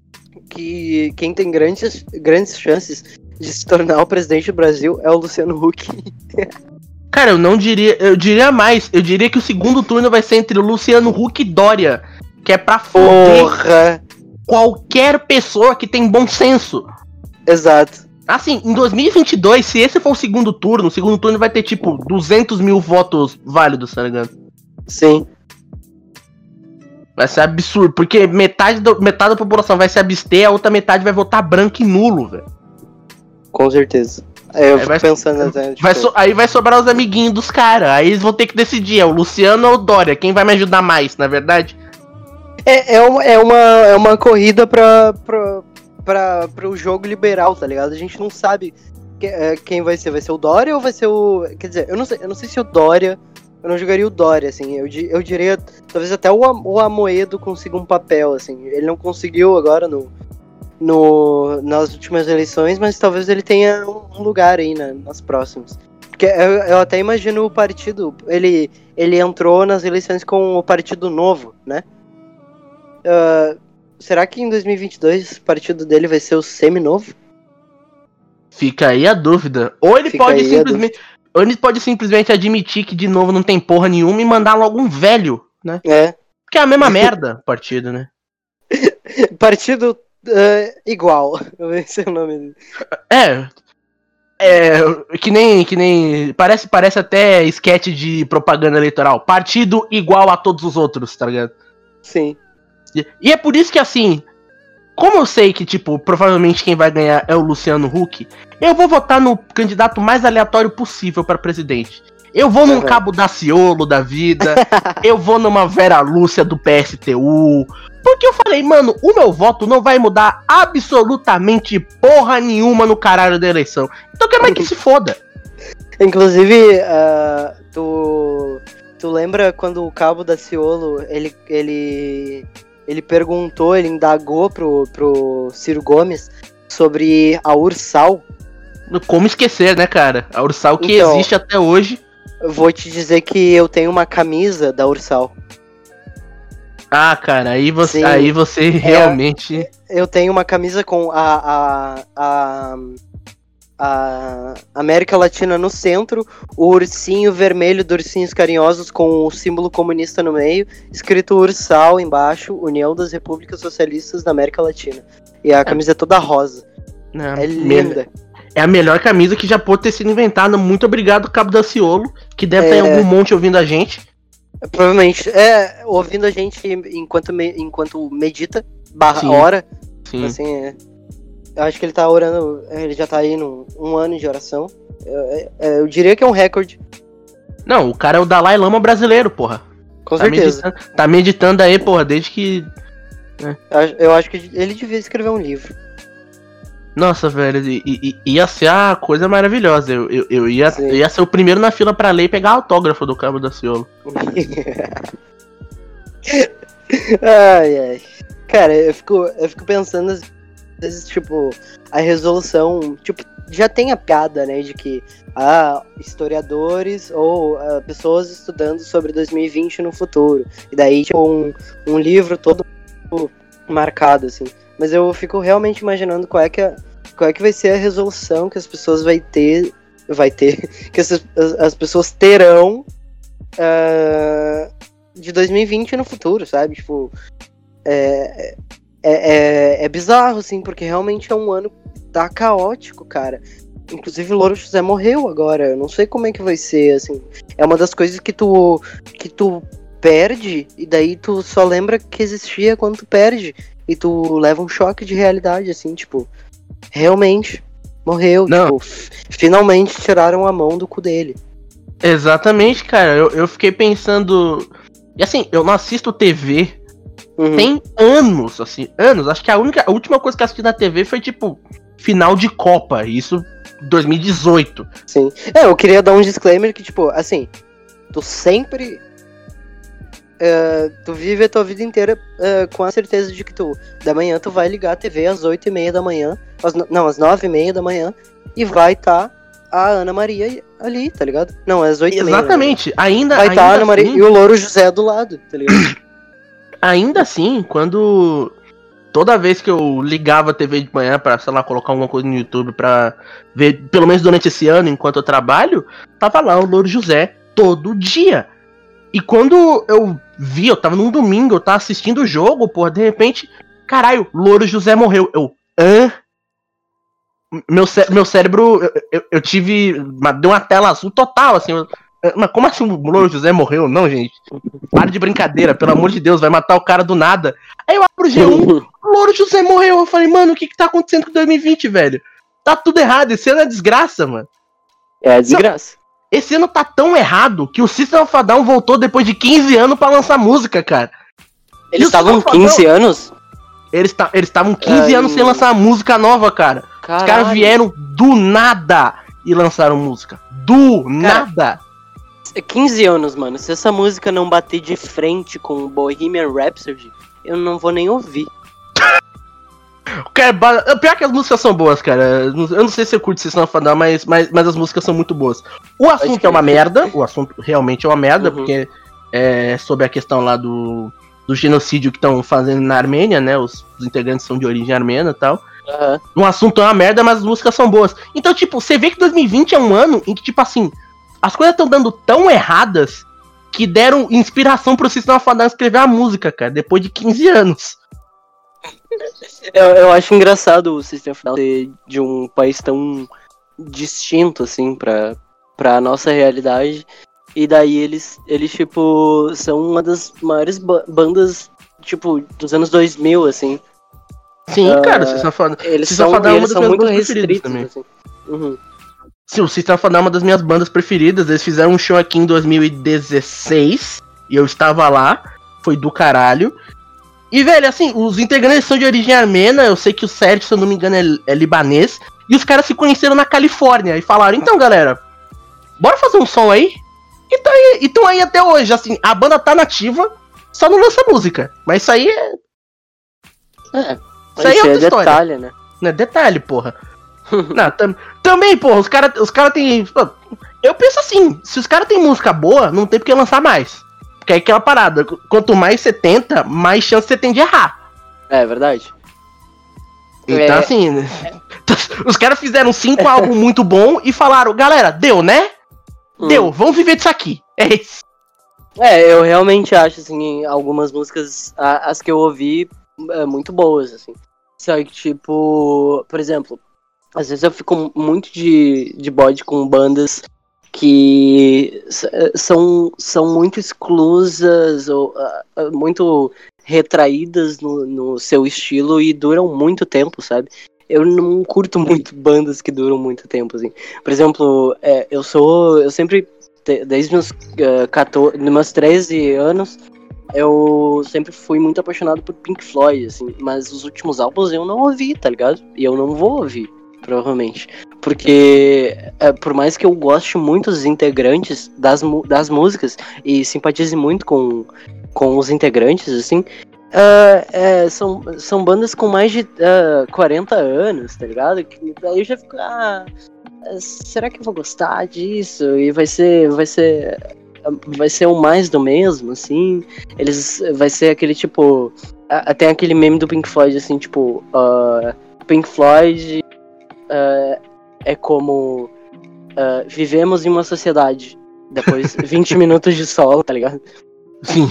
que quem tem grandes, grandes chances de se tornar o presidente do Brasil é o Luciano Huck. Cara, eu não diria. Eu diria mais. Eu diria que o segundo turno vai ser entre o Luciano Huck e Dória. Que é pra foder Porra! qualquer pessoa que tem bom senso. Exato. Assim, em dois mil e vinte e dois, se esse for o segundo turno, o segundo turno vai ter tipo duzentos mil votos válidos, tá ligado? Sim. Vai ser absurdo, porque metade, do, metade da população vai se abster, a outra metade vai votar branco e nulo, velho. Com certeza. Eu Aí fico vai- pensando até, tipo, Vai so- aí vai sobrar os amiguinhos dos caras. Aí eles vão ter que decidir, é o Luciano ou o Dória? Quem vai me ajudar mais, na verdade? É, é, uma, é, uma, é uma corrida pra, pra, pra, pro jogo liberal, tá ligado? A gente não sabe que- é, quem vai ser. Vai ser o Dória ou vai ser o... Quer dizer, eu não sei, eu não sei se o Dória... Eu não jogaria o Dória, assim. Eu, di- eu diria, talvez até o, Am- o Amoedo consiga um papel, assim. Ele não conseguiu agora no, no, nas últimas eleições, mas talvez ele tenha um lugar aí na- nas próximas. Porque eu, eu até imagino o partido... Ele, ele entrou nas eleições com o Partido Novo, né? Ah, será que em dois mil e vinte e dois o partido dele vai ser o Seminovo? Fica aí a dúvida. Ou ele Fica pode aí a simplesmente. Ou ele pode simplesmente admitir que de novo não tem porra nenhuma e mandar logo um velho, né? É. Que é a mesma merda, o partido, né? Partido ah, igual. Esse é o nome dele. É. É. Que nem. Que nem. Parece, parece até sketch de propaganda eleitoral. Partido igual a todos os outros, tá ligado? Sim. E, e é por isso que assim. Como eu sei que, tipo, provavelmente quem vai ganhar é o Luciano Huck, eu vou votar no candidato mais aleatório possível pra presidente. Eu vou num Uhum. Cabo Daciolo da vida, eu vou numa Vera Lúcia do P S T U, porque eu falei, mano, o meu voto não vai mudar absolutamente porra nenhuma no caralho da eleição. Então eu quero mais que se foda. Inclusive, ah, tu, tu lembra quando o Cabo Daciolo, ele, ele, ele perguntou, ele indagou pro, pro Ciro Gomes sobre a Ursal? Como esquecer, né, cara? A Ursal que Então, existe até hoje. Eu vou te dizer que eu tenho uma camisa da Ursal. Ah, cara, aí você, Sim. aí você realmente... Eu tenho uma camisa com a, a, a, a América Latina no centro, o ursinho vermelho do Ursinhos Carinhosos com o símbolo comunista no meio, escrito Ursal embaixo, União das Repúblicas Socialistas da América Latina. E a camisa é toda rosa. Não, É linda. É a melhor camisa que já pôde ter sido inventada. Muito obrigado, Cabo Daciolo, que deve É. estar em algum monte ouvindo a gente. Provavelmente. É, ouvindo a gente enquanto, me- enquanto medita, barra Sim. hora. Sim. Assim, é. Eu acho que ele tá orando, ele já tá aí num um ano de oração. Eu, eu, eu diria que é um recorde, Não, o cara é o Dalai Lama brasileiro, porra. com Tá certeza. meditando, tá meditando aí, porra, desde que... Eu acho- Eu acho que ele devia escrever um livro. Nossa, velho, i- i- ia ser a coisa maravilhosa. Eu, eu, eu ia, Sim. eu ia ser o primeiro na fila pra ler e pegar autógrafo do Cabo Daciolo. Ai, ai. Cara, eu fico, eu fico pensando, às vezes, tipo, a resolução, tipo, já tem a piada, né, de que, ah, historiadores ou ah, pessoas estudando sobre dois mil e vinte no futuro. E daí, tipo, um, um livro todo marcado, assim. Mas eu fico realmente imaginando qual é que, é, qual é que vai ser a resolução que as pessoas vai ter, vai ter, que as, as, as pessoas terão ah, de dois mil e vinte no futuro, sabe? Tipo, é, é, é, é bizarro, assim, porque realmente é um ano tá caótico, cara. Inclusive o Louro José morreu agora, eu não sei como é que vai ser, assim. É uma das coisas que tu, que tu perde, e daí tu só lembra que existia quando tu perde. E tu leva um choque de realidade, assim, tipo, realmente morreu, Não. tipo, f- finalmente tiraram a mão do cu dele. Exatamente, cara. Eu, eu fiquei pensando... E assim, eu não assisto T V Uhum. tem anos, assim, anos. Acho que a única, a última coisa que eu assisti na T V foi, tipo, final de Copa. Isso dois mil e dezoito. Sim. É, eu queria dar um disclaimer que, tipo, assim, tu sempre. eh, tu vive a tua vida inteira eh, com a certeza de que tu, da manhã, tu vai ligar a T V às oito e meia da manhã, às, no- não, às nove e meia da manhã, e vai tá a Ana Maria ali, tá ligado? Não, às oito e meia. Exatamente. Ainda, Vai ainda tá a Ana Maria assim, e o Louro José do lado, tá ligado? ainda assim, quando... Toda vez que eu ligava a T V de manhã pra, sei lá, colocar alguma coisa no YouTube pra ver, pelo menos durante esse ano, enquanto eu trabalho, tava lá o Louro José todo dia. E quando eu vi, eu tava num domingo, eu tava assistindo o jogo, porra, de repente, caralho, Louro José morreu. Eu, hã? Meu, cé meu cérebro, eu, eu, eu tive, uma- deu uma tela azul total, assim, eu, mas como assim o Louro José morreu? Não, gente. Para de brincadeira, pelo amor de Deus, vai matar o cara do nada. Aí eu abro o G um, Louro José morreu. Eu falei, mano, o que que tá acontecendo com dois mil e vinte, velho? Tá tudo errado, esse ano é desgraça, mano. É a desgraça. Esse ano tá tão errado que o System of a Down voltou depois de quinze anos pra lançar música, cara. Eles estavam quinze anos? Eles estavam quinze Ai, anos sem lançar uma música nova, cara. Caralho. Os caras vieram do nada e lançaram música. Do cara, nada. quinze anos, mano. Se essa música não bater de frente com Bohemian Rhapsody, eu não vou nem ouvir. Cara, pior que as músicas são boas, cara. Eu não sei se eu curto System of a Down, mas, mas, mas as músicas são muito boas. O assunto é uma merda. O assunto realmente é uma merda, uhum. Porque é sobre a questão lá do, do genocídio que estão fazendo na Armênia, né? Os, os integrantes são de origem armênia e tal. Uhum. O assunto é uma merda, mas as músicas são boas. Então, tipo, você vê que dois mil e vinte é um ano em que, tipo assim, as coisas estão dando tão erradas que deram inspiração pro System of a Down escrever a música, cara, depois de quinze anos. Eu, eu acho engraçado o System of a Down ser de um país tão distinto, assim, pra, pra nossa realidade. E daí eles, eles, tipo, são uma das maiores ba- bandas, tipo, dos anos dois mil, assim. Sim, uh, cara, o System of a Down eles System são, eles são muito restritos também. Assim. Uhum. Sim, o System of a Down é uma das minhas bandas preferidas. Eles fizeram um show aqui em dois mil e dezesseis e eu estava lá, foi do caralho. E, velho, assim, os integrantes são de origem armena. Eu sei que o Sérgio, se eu não me engano, é, é libanês. E os caras se conheceram na Califórnia e falaram, então, galera, bora fazer um som aí? E estão aí, e tão aí até hoje, assim, a banda tá nativa, só não lança música. Mas isso aí é... É, isso aí é outra é história. Detalhe, né? Não é detalhe, porra. Não, tam, também, porra, os caras os cara tem... Eu penso assim, se os caras têm música boa, não tem por que lançar mais. Porque é aquela parada, quanto mais você tenta, mais chance você tem de errar. É verdade. Então, é... assim, é... os caras fizeram cinco álbuns muito bom e falaram, galera, deu, né? Hum. Deu, vamos viver disso aqui. É isso. É, eu realmente acho, assim, algumas músicas, as que eu ouvi, é, muito boas, assim. Só que, tipo, por exemplo, às vezes eu fico muito de, de bode com bandas que são, são muito exclusas ou uh, muito retraídas no, no seu estilo e duram muito tempo, sabe? Eu não curto muito bandas que duram muito tempo, assim. Por exemplo, é, eu sou... Eu sempre, desde meus, uh, catorze, meus treze anos, eu sempre fui muito apaixonado por Pink Floyd, assim. Mas os últimos álbuns eu não ouvi, tá ligado? E eu não vou ouvir, provavelmente. Porque, é, por mais que eu goste muito dos integrantes das, das músicas e simpatize muito com, com os integrantes, assim, uh, é, são, são bandas com mais de uh, quarenta anos, tá ligado? Daí eu já fico, ah, será que eu vou gostar disso? E vai ser, vai ser, vai ser o mais do mesmo, assim? Eles, vai ser aquele tipo, uh, tem aquele meme do Pink Floyd, assim, tipo, uh, Pink Floyd... Uh, é como uh, vivemos em uma sociedade depois vinte minutos de sol, tá ligado? Sim.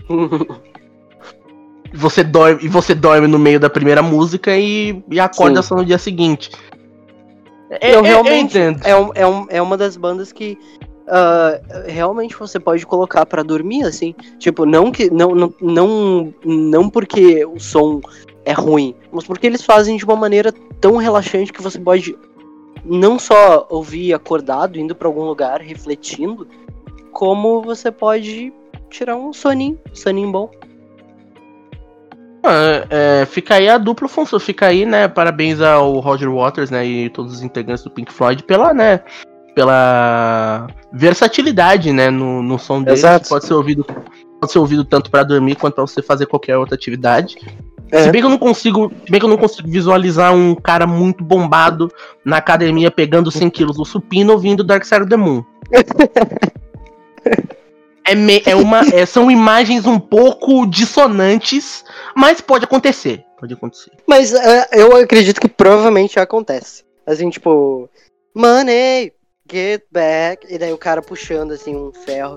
você dorme, e você dorme no meio da primeira música e, e acorda Sim. só no dia seguinte. É, eu realmente eu é, um, é, um, é uma das bandas que uh, realmente você pode colocar pra dormir, assim. Tipo, não que não, não, não, não porque o som é ruim, mas porque eles fazem de uma maneira tão relaxante que você pode não só ouvir acordado, indo pra algum lugar, refletindo, como você pode tirar um soninho, um soninho bom. Ah, é, fica aí a dupla função, fica aí, né, parabéns ao Roger Waters, né, e todos os integrantes do Pink Floyd pela, né, pela versatilidade, né, no, no som deles. Exato. Pode ser ouvido, pode ser ouvido tanto pra dormir quanto pra você fazer qualquer outra atividade. É. Se bem que eu não consigo, se bem que eu não consigo visualizar um cara muito bombado na academia pegando cem quilos no supino ouvindo Dark Side of the Moon. é, me, é uma, é, são imagens um pouco dissonantes, mas pode acontecer, pode acontecer. Mas uh, eu acredito que provavelmente acontece. Assim, tipo, money, get back, e daí o cara puxando assim um ferro.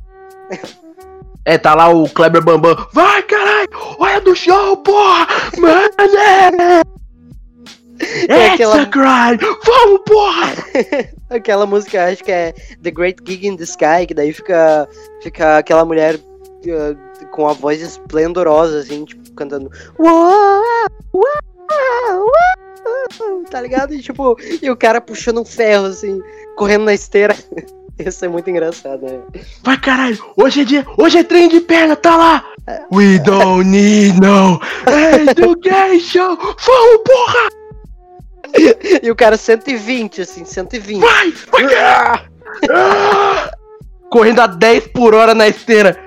É, tá lá o Kleber Bambam. Vai, caralho! Olha do show, porra! Mano! É aquela grind! Vamos, porra! Aquela música, acho que é The Great Gig in the Sky, que daí fica, fica aquela mulher uh, com a voz esplendorosa, assim, tipo, cantando. Uau, uau, tá ligado? E tipo, e o cara puxando um ferro, assim, correndo na esteira. Isso é muito engraçado, né? Vai, caralho, hoje é dia, hoje é treino de perna, tá lá! We don't need no education! Vamos, porra! E o cara cento e vinte, assim, cento e vinte. Vai, vai, ah! Ah! Correndo a dez por hora na esteira.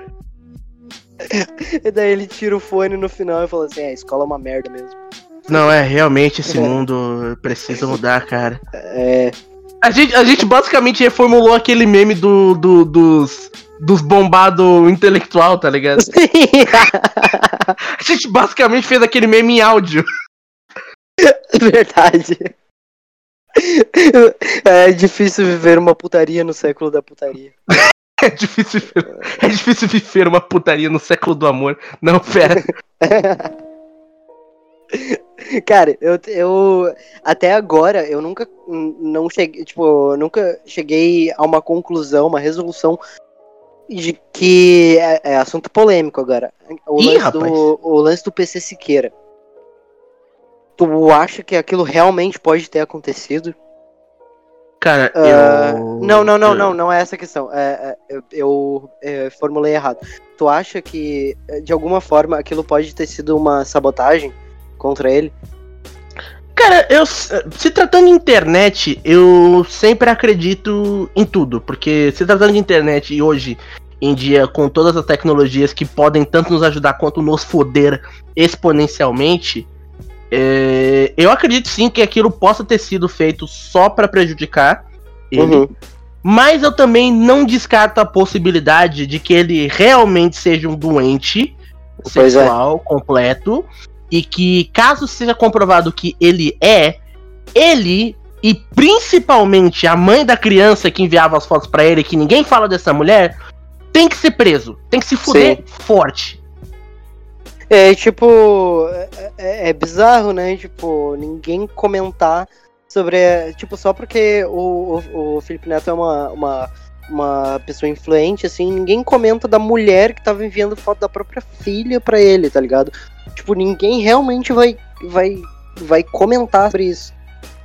E daí ele tira o fone no final e fala assim, é, a escola é uma merda mesmo. Não, é, realmente esse mundo precisa mudar, cara. É... A gente, a gente basicamente reformulou aquele meme do, do, dos, dos bombados intelectual, tá ligado? A gente basicamente fez aquele meme em áudio. Verdade. É difícil viver uma putaria no século da putaria. É difícil, é difícil viver uma putaria no século do amor. Não, pera. Cara, eu, eu até agora eu nunca não cheguei, tipo, nunca cheguei a uma conclusão, uma resolução de que é, é assunto polêmico agora. O, Ih, lance rapaz. do, o lance do P C Siqueira. Tu acha que aquilo realmente pode ter acontecido? Cara, Uh, eu... Não, não, não, eu... não, não é essa a questão. É, é, eu, eu é, formulei errado. Tu acha que, de alguma forma, aquilo pode ter sido uma sabotagem contra ele? Cara, eu, se tratando de internet, eu sempre acredito em tudo, porque se tratando de internet e hoje em dia, com todas as tecnologias que podem tanto nos ajudar quanto nos foder exponencialmente, é, eu acredito sim que aquilo possa ter sido feito só pra prejudicar ele, Uhum. mas eu também não descarto a possibilidade de que ele realmente seja um doente Pois é. sexual completo. E que, caso seja comprovado que ele é, ele e principalmente a mãe da criança que enviava as fotos pra ele, que ninguém fala dessa mulher, tem que ser preso. Tem que se fuder Sim. forte. É, tipo, é, é- é bizarro, né? Tipo, ninguém comentar sobre. Tipo, só porque o, o, o Felipe Neto é uma, uma, uma pessoa influente, assim, ninguém comenta da mulher que tava enviando foto da própria filha pra ele, tá ligado? Tipo, ninguém realmente vai, vai, vai comentar sobre isso.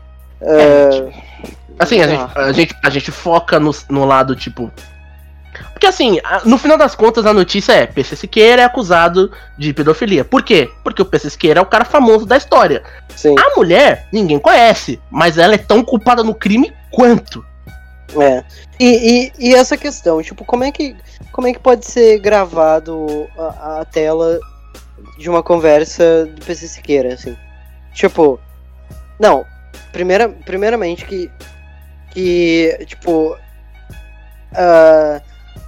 É, Assim, a Ah. gente, a gente, a gente foca no, no lado, tipo... Porque assim, a- no final das contas, a notícia é P C Siqueira é acusado de pedofilia. Por quê? Porque o P C Siqueira é o cara famoso da história. Sim, A mulher, ninguém conhece, mas ela é tão culpada no crime quanto. é. E, e, e essa questão, tipo, como é que, como é que pode ser gravado a, a tela de uma conversa do P C Siqueira, assim? Tipo, não, primeira, primeiramente que, que tipo, ah,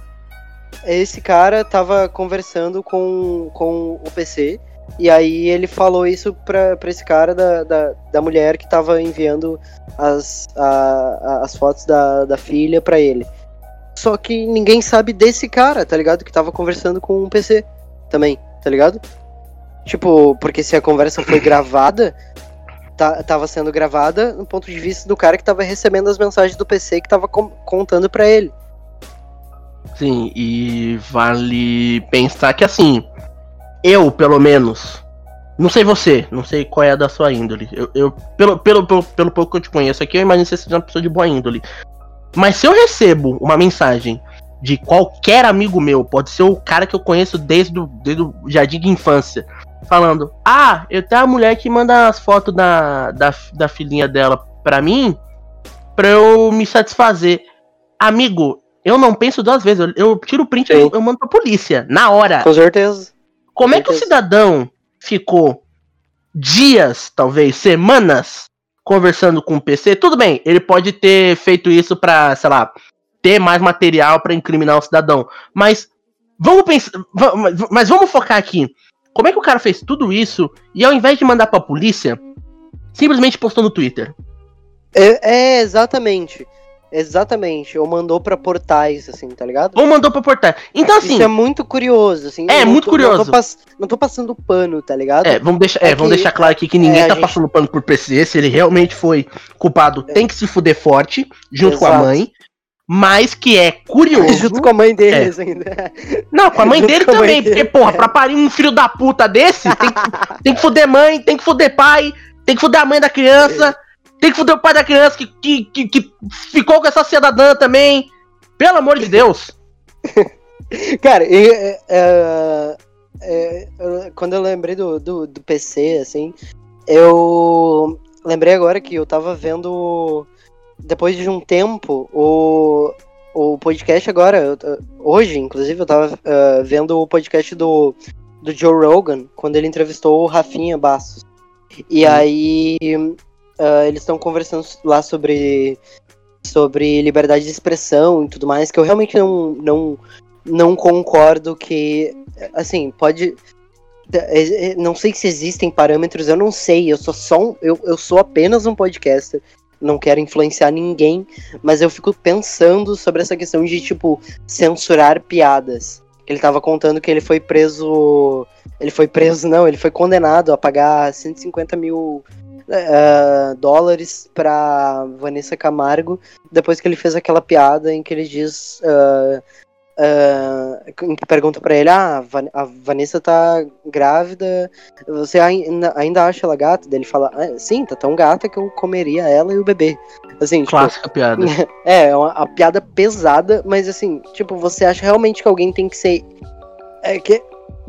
esse cara tava conversando com, com o P C, e aí ele falou isso pra, pra esse cara da, da, da mulher que tava enviando as, a, a- as fotos da, da filha pra ele. Só que ninguém sabe desse cara, tá ligado? Que tava conversando com o P C também, tá ligado? Tipo, porque se a conversa foi gravada, tá, tava sendo gravada no ponto de vista do cara que tava recebendo as mensagens do P C que tava com- contando pra ele. Sim, e vale pensar que assim, eu, pelo menos, não sei você, não sei qual é a da sua índole. Eu, eu pelo, pelo, pelo, pelo pouco que eu te conheço aqui, eu imagino que você seja uma pessoa de boa índole. Mas se eu recebo uma mensagem de qualquer amigo meu, pode ser o cara que eu conheço desde o, desde o jardim de infância, falando, ah, eu tenho a mulher que manda as fotos da, da, da filhinha dela pra mim, pra eu me satisfazer. Amigo, eu não penso duas vezes, eu, eu tiro o print e Sim. eu, eu mando pra polícia, na hora. Com certeza. Como é que o certeza. cidadão ficou dias, talvez semanas, conversando com o P C? Tudo bem, ele pode ter feito isso pra, sei lá, ter mais material pra incriminar o cidadão. Mas vamos pensar, va- mas vamos focar aqui. Como é que o cara fez tudo isso e ao invés de mandar pra polícia, simplesmente postou no Twitter? É, é, exatamente. Exatamente. Ou mandou pra portais, assim, tá ligado? Ou mandou pra portar. Então assim, Isso é muito curioso, assim. É, eu não muito tô- curioso. Não tô, pass- não tô passando pano, tá ligado? É, vamos deixar, é, É vamos que- deixar claro aqui que ninguém é, a tá gente- passando pano por P C. Se ele realmente foi culpado, tem que se fuder forte, junto com a Exato. mãe. Mas que é curioso. Junto com a mãe deles ainda. Não, com a mãe junto dele com a mãe também. Porque, dele, porra, é. pra parir um filho da puta desse, tem que, tem que fuder mãe, tem que fuder pai, tem que fuder a mãe da criança, tem que fuder o pai da criança que, que, que, que ficou com essa cidadã também. Pelo amor de Deus. Cara, e, é, é, é, quando eu lembrei do, do, do P C, assim, eu lembrei agora que eu tava vendo, depois de um tempo, o, o podcast agora, hoje, inclusive, eu tava uh, vendo o podcast do, do Joe Rogan, quando ele entrevistou o Rafinha Bastos. E hum. aí, uh, eles estão conversando lá sobre, sobre liberdade de expressão e tudo mais, que eu realmente não... não Não concordo que, assim, pode... Não sei se existem parâmetros, eu não sei, eu sou só um, eu, eu sou apenas um podcaster, não quero influenciar ninguém, mas eu fico pensando sobre essa questão de, tipo, censurar piadas. Ele tava contando que ele foi preso... Ele foi preso, não, ele foi condenado a pagar cento e cinquenta mil uh, dólares pra Vanessa Camargo, depois que ele fez aquela piada em que ele diz... Uh, Uh, que pergunta pra ele, ah, a Vanessa tá grávida, você ainda, ainda acha ela gata? Daí ele fala, ah, sim, tá tão gata que eu comeria ela e o bebê. Assim, clássica tipo, piada. É, é uma, uma piada pesada, mas assim, tipo, você acha realmente que alguém tem que ser... É que...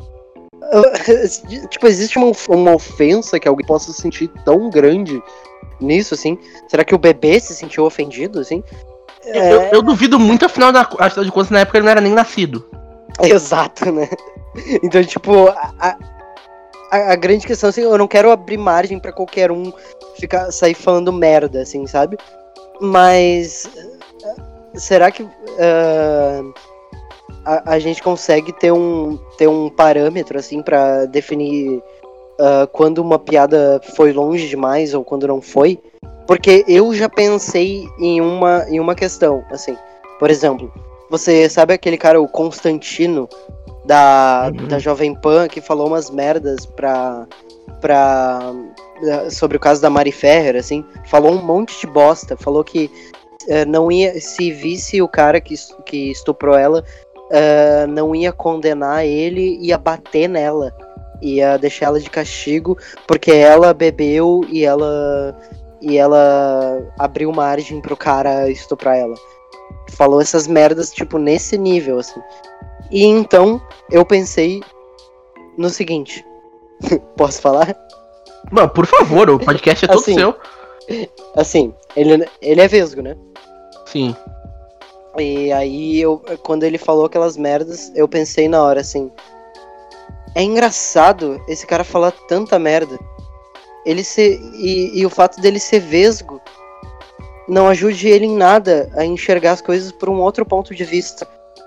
Tipo, existe uma, uma ofensa que alguém possa se sentir tão grande nisso, assim? Será que o bebê se sentiu ofendido, assim? É... Eu, eu duvido muito, afinal, da, afinal de contas, na época ele não era nem nascido. Exato, né? Então, tipo, a, a, a grande questão, assim, eu não quero abrir margem pra qualquer um ficar, sair falando merda, assim, sabe? Mas, será que uh, a, a gente consegue ter um, ter um parâmetro, assim, pra definir uh, quando uma piada foi longe demais ou quando não foi? Porque eu já pensei em uma, em uma questão, assim, por exemplo, você sabe aquele cara, o Constantino, da, uhum. da Jovem Pan, que falou umas merdas pra, pra, sobre o caso da Mari Ferrer, assim, falou um monte de bosta, falou que uh, não ia, se visse o cara que, que estuprou ela, uh, não ia condenar ele, ia bater nela, ia deixar ela de castigo, porque ela bebeu e ela... E ela abriu margem pro cara estuprar ela. Falou essas merdas, tipo, nesse nível, assim. E então, eu pensei no seguinte. Posso falar? Não, por favor, o podcast é todo assim, seu. Assim, ele, ele é vesgo, né? Sim. E aí, eu, quando ele falou aquelas merdas, eu pensei na hora, assim... É engraçado esse cara falar tanta merda. Ele ser, e, e o fato dele ser vesgo não ajude ele em nada a enxergar as coisas por um outro ponto de vista.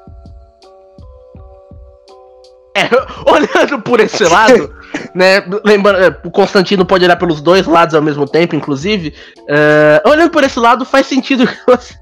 É, olhando por esse lado, né, lembrando, o Constantino pode olhar pelos dois lados ao mesmo tempo, inclusive, uh, olhando por esse lado faz sentido que você...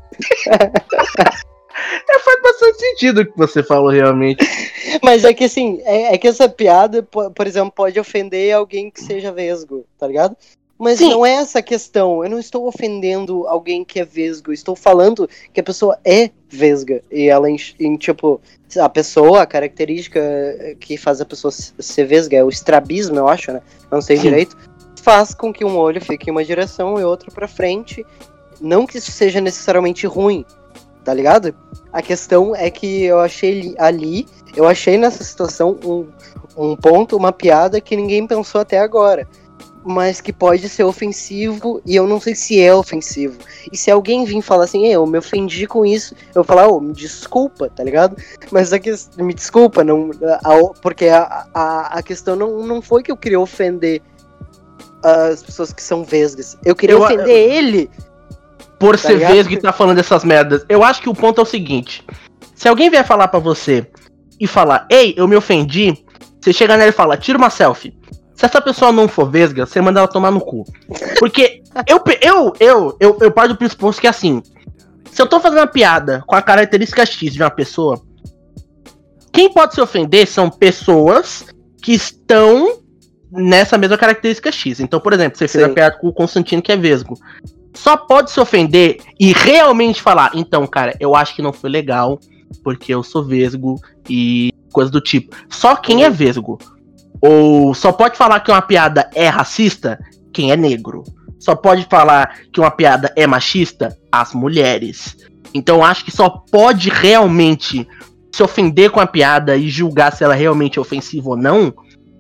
É, faz bastante sentido o que você falou, realmente. Mas é que assim, é, é que essa piada, por exemplo, pode ofender alguém que seja vesgo, tá ligado? Mas Sim. não é essa a questão. Eu não estou ofendendo alguém que é vesgo. Estou falando que a pessoa é vesga. E ela, em, em, tipo, a pessoa, a característica que faz a pessoa ser vesga é o estrabismo, eu acho, né? Não sei Sim. direito. Faz com que um olho fique em uma direção e outro pra frente. Não que isso seja necessariamente ruim, tá ligado? A questão é que eu achei ali, eu achei nessa situação um, um ponto, uma piada que ninguém pensou até agora, mas que pode ser ofensivo, e eu não sei se é ofensivo. E se alguém vir falar assim, eu me ofendi com isso, eu vou falar, oh, me desculpa, tá ligado? Mas a que, me desculpa, não, a, porque a, a, a questão não, não foi que eu queria ofender as pessoas que são vesgas, eu queria eu, ofender eu... ele. Por tá ser ligado? Vesgo e tá falando dessas merdas. Eu acho que o ponto é o seguinte. Se alguém vier falar pra você e falar, ei, eu me ofendi, você chega nela e fala, tira uma selfie. Se essa pessoa não for vesga, você manda ela tomar no cu. Porque eu, eu, eu, eu, eu paro do pressuposto que é assim, se eu tô fazendo uma piada com a característica X de uma pessoa, quem pode se ofender são pessoas que estão nessa mesma característica X. Então, por exemplo, você fez Sim. a piada com o Constantino, que é vesgo. Só pode se ofender e realmente falar, então, cara, eu acho que não foi legal, porque eu sou vesgo e coisa do tipo. Só quem é vesgo. Ou só pode falar que uma piada é racista quem é negro. Só pode falar que uma piada é machista as mulheres. Então eu acho que só pode realmente se ofender com a piada e julgar se ela realmente é ofensiva ou não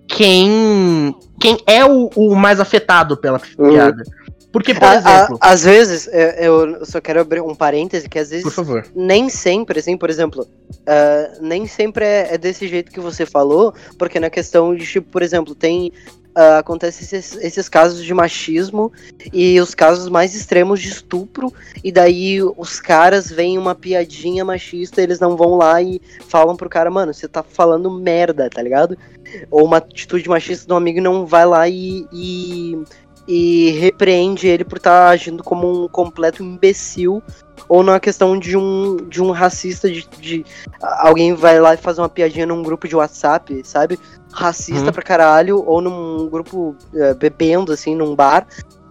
quem, quem é o, o mais afetado pela piada. Porque, por a, exemplo... A, às vezes, eu, eu só quero abrir um parêntese, que às vezes... Por favor. Nem sempre, assim, por exemplo... Uh, nem sempre é, é desse jeito que você falou, porque na questão de, tipo, por exemplo, tem... Uh, acontece esses, esses casos de machismo e os casos mais extremos de estupro, e daí os caras veem uma piadinha machista, eles não vão lá e falam pro cara, mano, você tá falando merda, tá ligado? Ou uma atitude machista de um amigo não vai lá e, e, e repreende ele por estar tá agindo como um completo imbecil, ou na questão de um, de um racista, de, de alguém vai lá e faz uma piadinha num grupo de WhatsApp, sabe? Racista uhum. pra caralho, ou num grupo uh, bebendo, assim, num bar,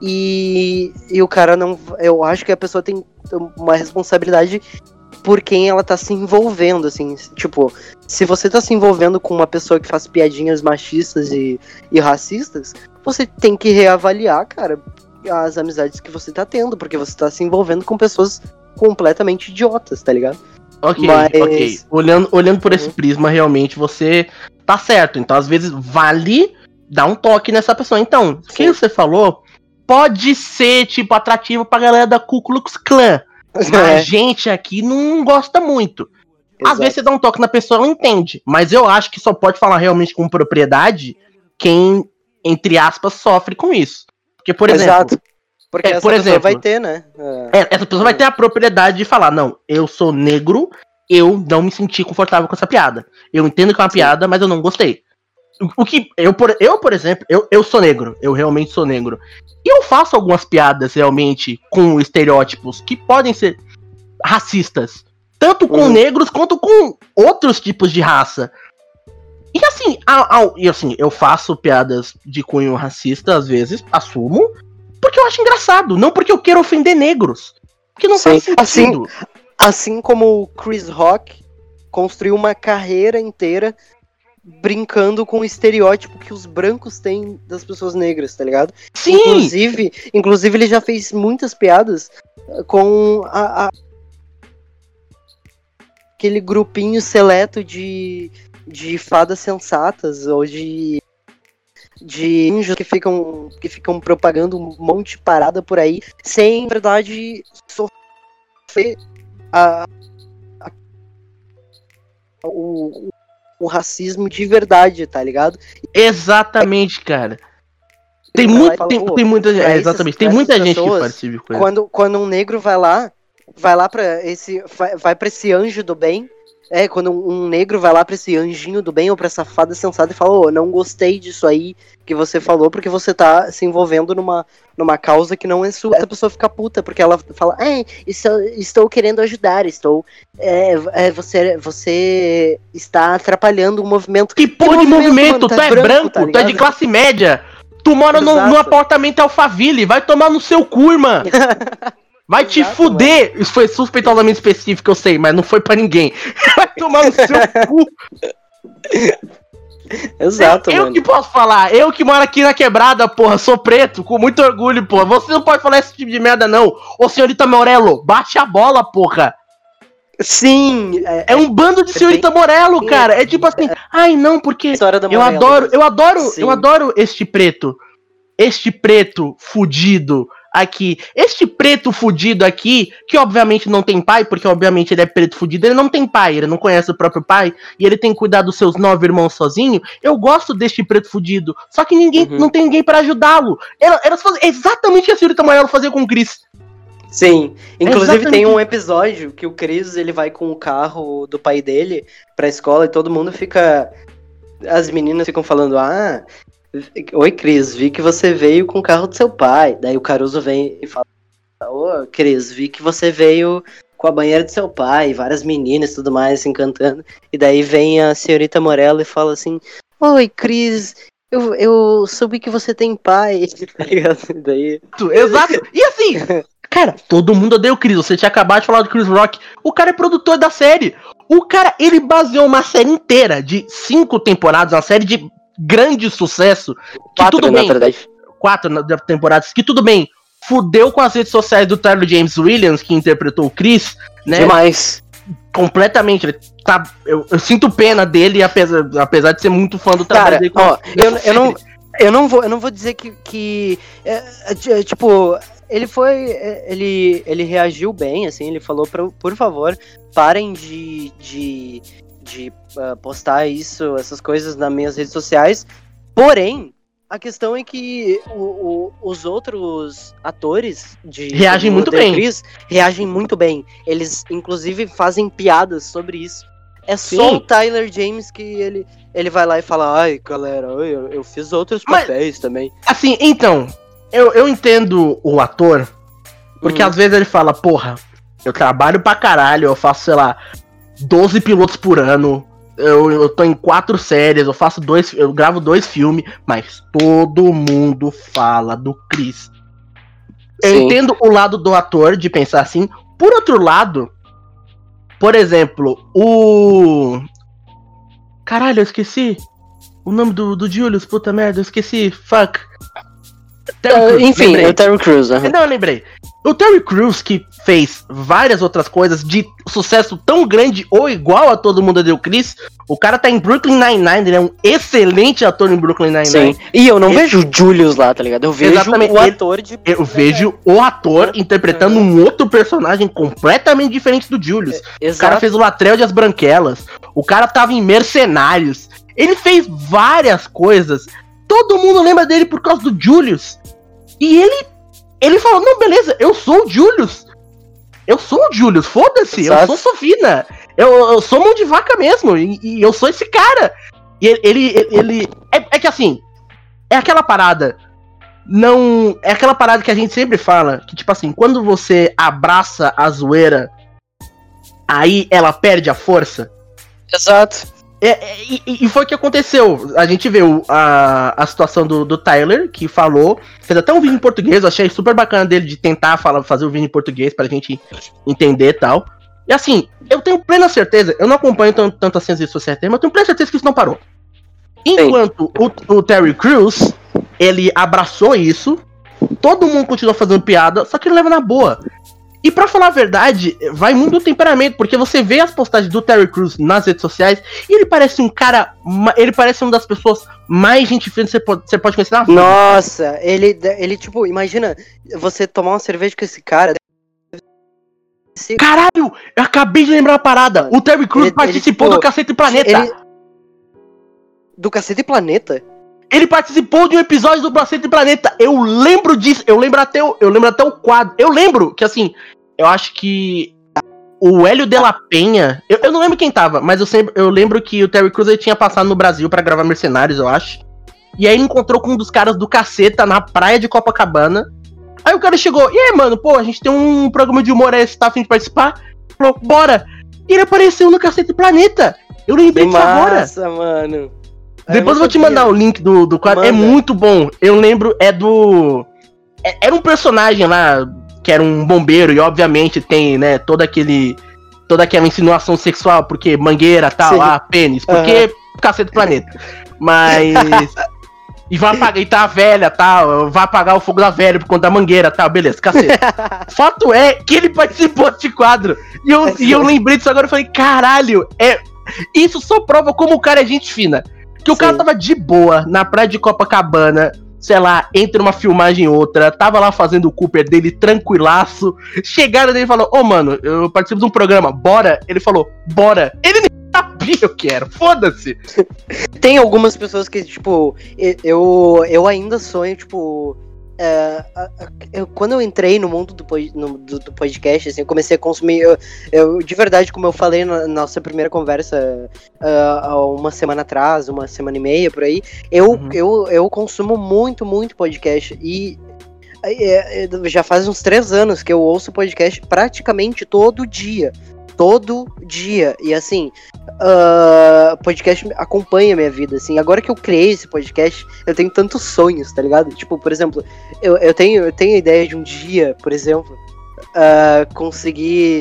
e, e o cara não... Eu acho que a pessoa tem uma responsabilidade por quem ela tá se envolvendo, assim, tipo, se você tá se envolvendo com uma pessoa que faz piadinhas machistas e, e racistas, você tem que reavaliar, cara, as amizades que você tá tendo, porque você tá se envolvendo com pessoas completamente idiotas, tá ligado? Ok, Mas... ok. Olhando, olhando por uhum. esse prisma, realmente, você tá certo. Então, às vezes, vale dar um toque nessa pessoa. Então, o que você falou pode ser, tipo, atrativo pra galera da Ku Klux Klan. Mas a gente aqui não gosta muito. Exato. Às vezes você dá um toque na pessoa, ela entende. Mas eu acho que só pode falar realmente com propriedade quem, entre aspas, sofre com isso. Porque, por exemplo... Exato. Porque é, essa por pessoa exemplo, vai ter, né? É, essa pessoa é. vai ter a propriedade de falar, não, eu sou negro, eu não me senti confortável com essa piada. Eu entendo que é uma Sim. piada, mas eu não gostei. O, o que, eu, por, eu, por exemplo, eu, eu sou negro, eu realmente sou negro. E eu faço algumas piadas, realmente, com estereótipos que podem ser racistas. Tanto com uhum. negros, quanto com outros tipos de raça. E assim, ao, ao, e assim, eu faço piadas de cunho racista, às vezes, assumo, porque eu acho engraçado, não porque eu quero ofender negros. Porque não Sim. faz sentido. Assim, assim como o Chris Rock construiu uma carreira inteira brincando com o estereótipo que os brancos têm das pessoas negras, tá ligado? Sim! Inclusive, inclusive ele já fez muitas piadas com a, a... aquele grupinho seleto de, de fadas sensatas, ou de de anjos que ficam, que ficam propagando um monte de parada por aí, sem, na verdade, sofrer a, a, o, o racismo de verdade, tá ligado? Exatamente, cara. Tem, muito, fala, tem, tem muita, é, exatamente, tem muita gente que participa com isso. Quando, quando um negro vai lá, vai lá pra esse, vai, vai pra esse anjo do bem, é, quando um negro vai lá pra esse anjinho do bem ou pra essa fada sensata e fala, ô, oh, não gostei disso aí que você falou, porque você tá se envolvendo numa, numa causa que não é sua. Essa pessoa fica puta, porque ela fala, é, estou, estou querendo ajudar, estou, é, é, você, você está atrapalhando o movimento. Que porra de movimento? Tu é branco, tá tu é de classe média, tu mora num, num apartamento Alphaville, vai tomar no seu cu, irmã. Vai Exato, te fuder! Mano. Isso foi suspeitosamente específico, eu sei, mas não foi pra ninguém. Vai tomar no seu cu! Exato, eu, mano. Eu que posso falar, eu que moro aqui na quebrada, porra, sou preto, com muito orgulho, porra. Você não pode falar esse tipo de merda, não. Ô, senhorita Morello, bate a bola, porra! Sim! É, é um bando de é senhorita bem... Morello, cara. É tipo assim, ai não, porque eu adoro, eu adoro, Sim. eu adoro este preto. Este preto fudido aqui, este preto fudido aqui, que obviamente não tem pai, porque obviamente ele é preto fudido, ele não tem pai, ele não conhece o próprio pai, e ele tem que cuidar dos seus nove irmãos sozinho. Eu gosto deste preto fudido, só que ninguém, uhum. não tem ninguém pra ajudá-lo. Era, era exatamente o que a senhorita Morello fazia com o Chris. Sim, inclusive é tem um episódio que o Chris, ele vai com o carro do pai dele pra escola e todo mundo fica, as meninas ficam falando, ah... Oi, Cris, vi que você veio com o carro do seu pai. Daí o Caruso vem e fala, ô, Cris, vi que você veio com a banheira do seu pai, várias meninas e tudo mais, assim, cantando. E daí vem a senhorita Morello e fala assim, oi, Cris, eu, eu soube que você tem pai. Daí... Exato, e assim, cara, todo mundo odeia o Chris, você tinha acabado de falar do Chris Rock. O cara é produtor da série. O cara, ele baseou uma série inteira de cinco temporadas, uma série de grande sucesso, que quatro, tudo bem, na verdade. quatro temporadas, que tudo bem, fudeu com as redes sociais do Tyler James Williams, que interpretou o Chris, né? Demais. Completamente, ele tá, eu, eu sinto pena dele, apesar, apesar de ser muito fã do trabalho Cara, dele. ó, eu, eu, não, eu, não vou, eu não vou dizer que, que é, é, tipo, ele foi, ele, ele reagiu bem, assim, ele falou, pra, por favor, parem de, de, de uh, postar isso, essas coisas nas minhas redes sociais, porém, a questão é que o, o, os outros atores de reagem muito bem. Chris reagem muito bem. Eles, inclusive, fazem piadas sobre isso. É Sim. só o Tyler James que ele, ele vai lá e fala, ai, galera, eu, eu fiz outros Mas, papéis também. Assim, então, eu, eu entendo o ator, porque Uhum. às vezes ele fala, porra, eu trabalho pra caralho, eu faço, sei lá, doze pilotos por ano, Eu, eu tô em quatro séries, eu faço dois, eu gravo dois filmes, mas todo mundo fala do Chris. Eu Sim. entendo o lado do ator de pensar assim. Por outro lado, por exemplo, o. Caralho, eu esqueci o nome do, do Julius, puta merda, eu esqueci. Fuck. Terry Uh, Crews, enfim, lembrei. é o Terry Crews. Uhum. Não, eu lembrei. O Terry Crews, que fez várias outras coisas de sucesso tão grande ou igual a Todo Mundo Odeia o Chris, o cara tá em Brooklyn Nine-Nine, ele é um excelente ator em Brooklyn Nine-Nine. Sim. E eu não Ele- vejo o Julius lá, tá ligado? Eu vejo Exatamente, o ele- ator de... Eu vejo o ator interpretando um outro personagem completamente diferente do Julius. O cara Exato. fez o Latrell de As Branquelas, o cara tava em Mercenários, ele fez várias coisas. Todo mundo lembra dele por causa do Julius. E ele, ele falou, não, beleza, eu sou o Julius. Eu sou o Julius, foda-se, eu Exato. sou Sofina. Eu, eu sou mão de vaca mesmo, e, e eu sou esse cara. E ele, ele, ele é, é que assim, é aquela parada, não, é aquela parada que a gente sempre fala, que tipo assim, quando você abraça a zoeira, aí ela perde a força. Exato. É, é, e, e foi o que aconteceu. A gente viu a, a situação do, do Tyler, que falou, fez até um vídeo em português, eu achei super bacana dele de tentar falar, fazer o vídeo em português pra gente entender e tal. E assim, eu tenho plena certeza, eu não acompanho tanto, tanto assim as redes sociais, mas eu tenho plena certeza que isso não parou. Enquanto o, o Terry Crews, ele abraçou isso, todo mundo continua fazendo piada, só que ele leva na boa. E pra falar a verdade, vai muito do temperamento, porque você vê as postagens do Terry Crews nas redes sociais, e ele parece um cara, ele parece uma das pessoas mais gente fina que você pode, você pode conhecer na vida. Nossa, ele, ele, tipo, imagina você tomar uma cerveja com esse cara. Esse... Caralho, eu acabei de lembrar uma parada, o Terry Crews Ele- participou ele, tipo, do Cacete Planeta. Ele... Do Cacete Planeta? Ele participou de um episódio do Cacete Planeta. Eu lembro disso. Eu lembro até o, eu lembro até o quadro. Eu lembro que, assim, eu acho que o Hélio de la Penha... Eu, eu não lembro quem tava, mas eu, sempre, eu lembro que o Terry Crews ele tinha passado no Brasil pra gravar Mercenários, eu acho. E aí ele encontrou com um dos caras do Caceta na praia de Copacabana. Aí o cara chegou, e aí, mano, pô, a gente tem um programa de humor aí, você tá afim de participar? Falou, bora! E ele apareceu no Cacete Planeta. Eu lembrei Que disso agora. massa, mano. Depois eu vou te mandar o link do, do quadro. É Manda. muito bom. Eu lembro, é do. é- era um personagem lá que era um bombeiro, e obviamente tem, né, todo aquele. Toda aquela insinuação sexual, porque mangueira, tal, Sim. ah, pênis, porque cacete do planeta. Mas. E vai apagar, e tá a velha, tal, vai apagar o fogo da velha por conta da mangueira, tal, beleza, cacete. Fato é que ele participou desse quadro. E eu, e eu lembrei disso agora e falei, caralho, é. Isso só prova como o cara é gente fina. Que o cara Sim. tava de boa na praia de Copacabana, sei lá, entre uma filmagem e outra, tava lá fazendo o Cooper dele tranquilaço. Chegaram nele e falou: ô mano, eu participo de um programa, bora? Ele falou: bora. Ele nem sabia o que era, foda-se. Tem algumas pessoas que, tipo, e- eu, eu ainda sonho, tipo. é, a- a- eu- quando eu entrei no mundo do, pod- no- do, do podcast, assim, eu comecei a consumir. Eu, eu, de verdade, como eu falei na nossa primeira conversa ah, há uma semana atrás, uma semana e meia por aí, eu, Uhum. eu, eu consumo muito, muito podcast. E é, é, já faz uns três anos que eu ouço podcast praticamente todo dia. Todo dia. E assim, uh, podcast acompanha a minha vida, assim. Agora que eu criei esse podcast, eu tenho tantos sonhos, tá ligado? Tipo, por exemplo, eu, eu, tenho, eu tenho a ideia de um dia, por exemplo, uh, conseguir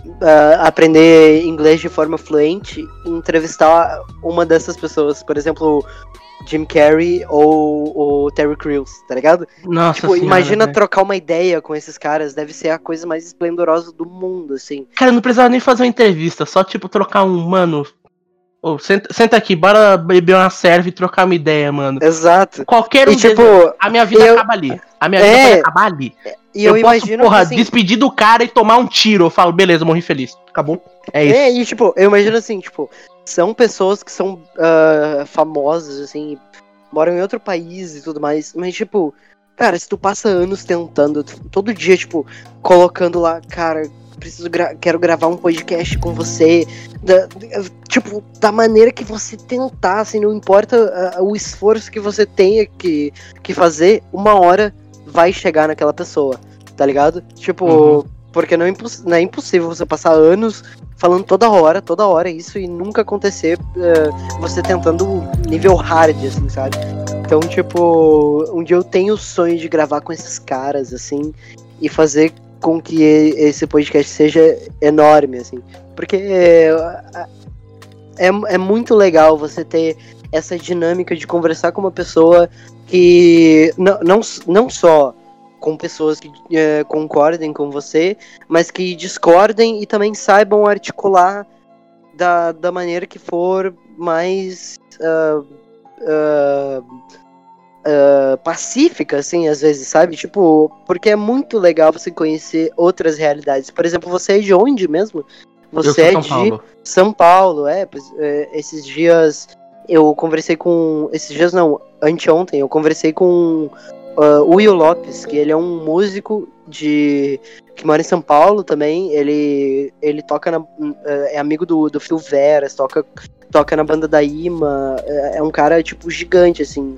uh, aprender inglês de forma fluente e entrevistar uma dessas pessoas. Por exemplo, Jim Carrey ou o Terry Crews, tá ligado? Nossa Tipo, senhora, imagina né? trocar uma ideia com esses caras, deve ser a coisa mais esplendorosa do mundo, assim. Cara, não precisava nem fazer uma entrevista, só tipo trocar um, mano. Ô, senta, senta aqui, bora beber uma serve e trocar uma ideia, mano. Exato. Qualquer um E, tipo, deles, a minha vida eu- acaba ali. A minha É, vida pode acabar ali. E eu eu, posso, imagino porra, que, assim, despedir do cara e tomar um tiro. Eu falo, beleza, morri feliz. Acabou. É isso. É, e tipo, eu imagino assim, tipo, são pessoas que são ah, famosas, assim, moram em outro país e tudo mais, mas tipo, cara, se tu passa anos tentando, tu- todo dia, tipo, colocando lá, cara, preciso gra- quero gravar um podcast com você, da- da- tipo, da maneira que você tentar, assim, não importa ah, o esforço que você tenha que, que fazer, uma hora vai chegar naquela pessoa, tá ligado? Tipo, Uhum. porque não é, imposs- não é impossível você passar anos falando toda hora, toda hora isso e nunca acontecer uh, você tentando nível hard, assim, sabe? Então, tipo, um dia eu tenho o sonho de gravar com esses caras, assim, e fazer com que esse podcast seja enorme, assim. Porque é, é, é muito legal você ter essa dinâmica de conversar com uma pessoa que não, não, não só com pessoas que é, concordem com você, mas que discordem e também saibam articular da, da maneira que for mais uh, uh, uh, pacífica, assim, às vezes, sabe? Tipo, porque é muito legal você conhecer outras realidades. Por exemplo, você é de onde mesmo? Eu Você sou é São de Paulo. São Paulo, é, pois, é. Esses dias eu conversei com... Esses dias não, anteontem, eu conversei com uh, o Will Lopes, que ele é um músico de que mora em São Paulo também. Ele, ele toca na, uh, é amigo do, do Phil Veras, toca, toca na banda da Ima. É, é um cara, tipo, gigante, assim.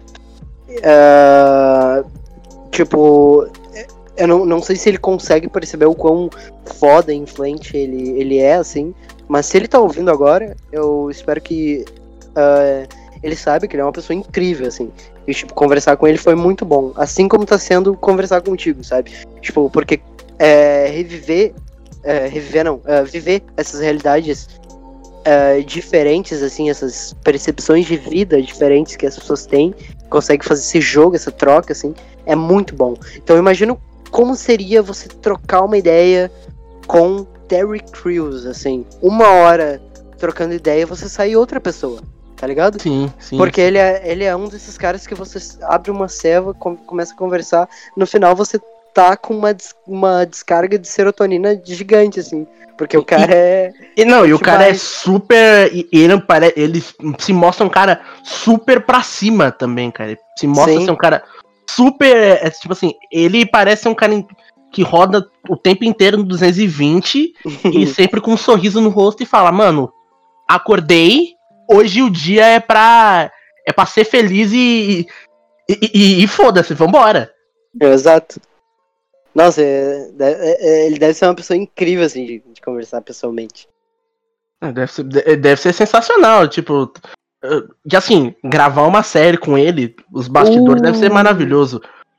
Uh, tipo, eu não, não sei se ele consegue perceber o quão foda e influente ele, ele é, assim. Mas se ele tá ouvindo agora, eu espero que uh, ele saiba que ele é uma pessoa incrível, assim. E, tipo, conversar com ele foi muito bom. Assim como tá sendo conversar contigo, sabe? Tipo, porque é, reviver... É, reviver não, é, viver essas realidades é, diferentes, assim, essas percepções de vida diferentes que as pessoas têm, consegue fazer esse jogo, essa troca, assim, é muito bom. Então eu imagino como seria você trocar uma ideia com Terry Crews, assim, uma hora trocando ideia, você sai outra pessoa, tá ligado? Sim, sim. Porque ele é, ele é um desses caras que você abre uma ceva, com, começa a conversar, no final você tá com uma, des, uma descarga de serotonina gigante, assim, porque o cara e, é... E não, é e o cara é demais. super. E ele, pare- ele se mostra um cara super pra cima também, cara. Ele se mostra Sim. ser um cara super. É, tipo assim, ele parece um cara que roda o tempo inteiro no duzentos e vinte e sempre com um sorriso no rosto e fala: Mano, acordei, hoje o dia é pra. É pra ser feliz e. E, e, e foda-se, vambora. Exato. Nossa, é, é, ele deve ser uma pessoa incrível, assim, de, de conversar pessoalmente. Deve ser, deve ser sensacional, tipo. Que assim, gravar uma série com ele, os bastidores, Uh. deve ser maravilhoso.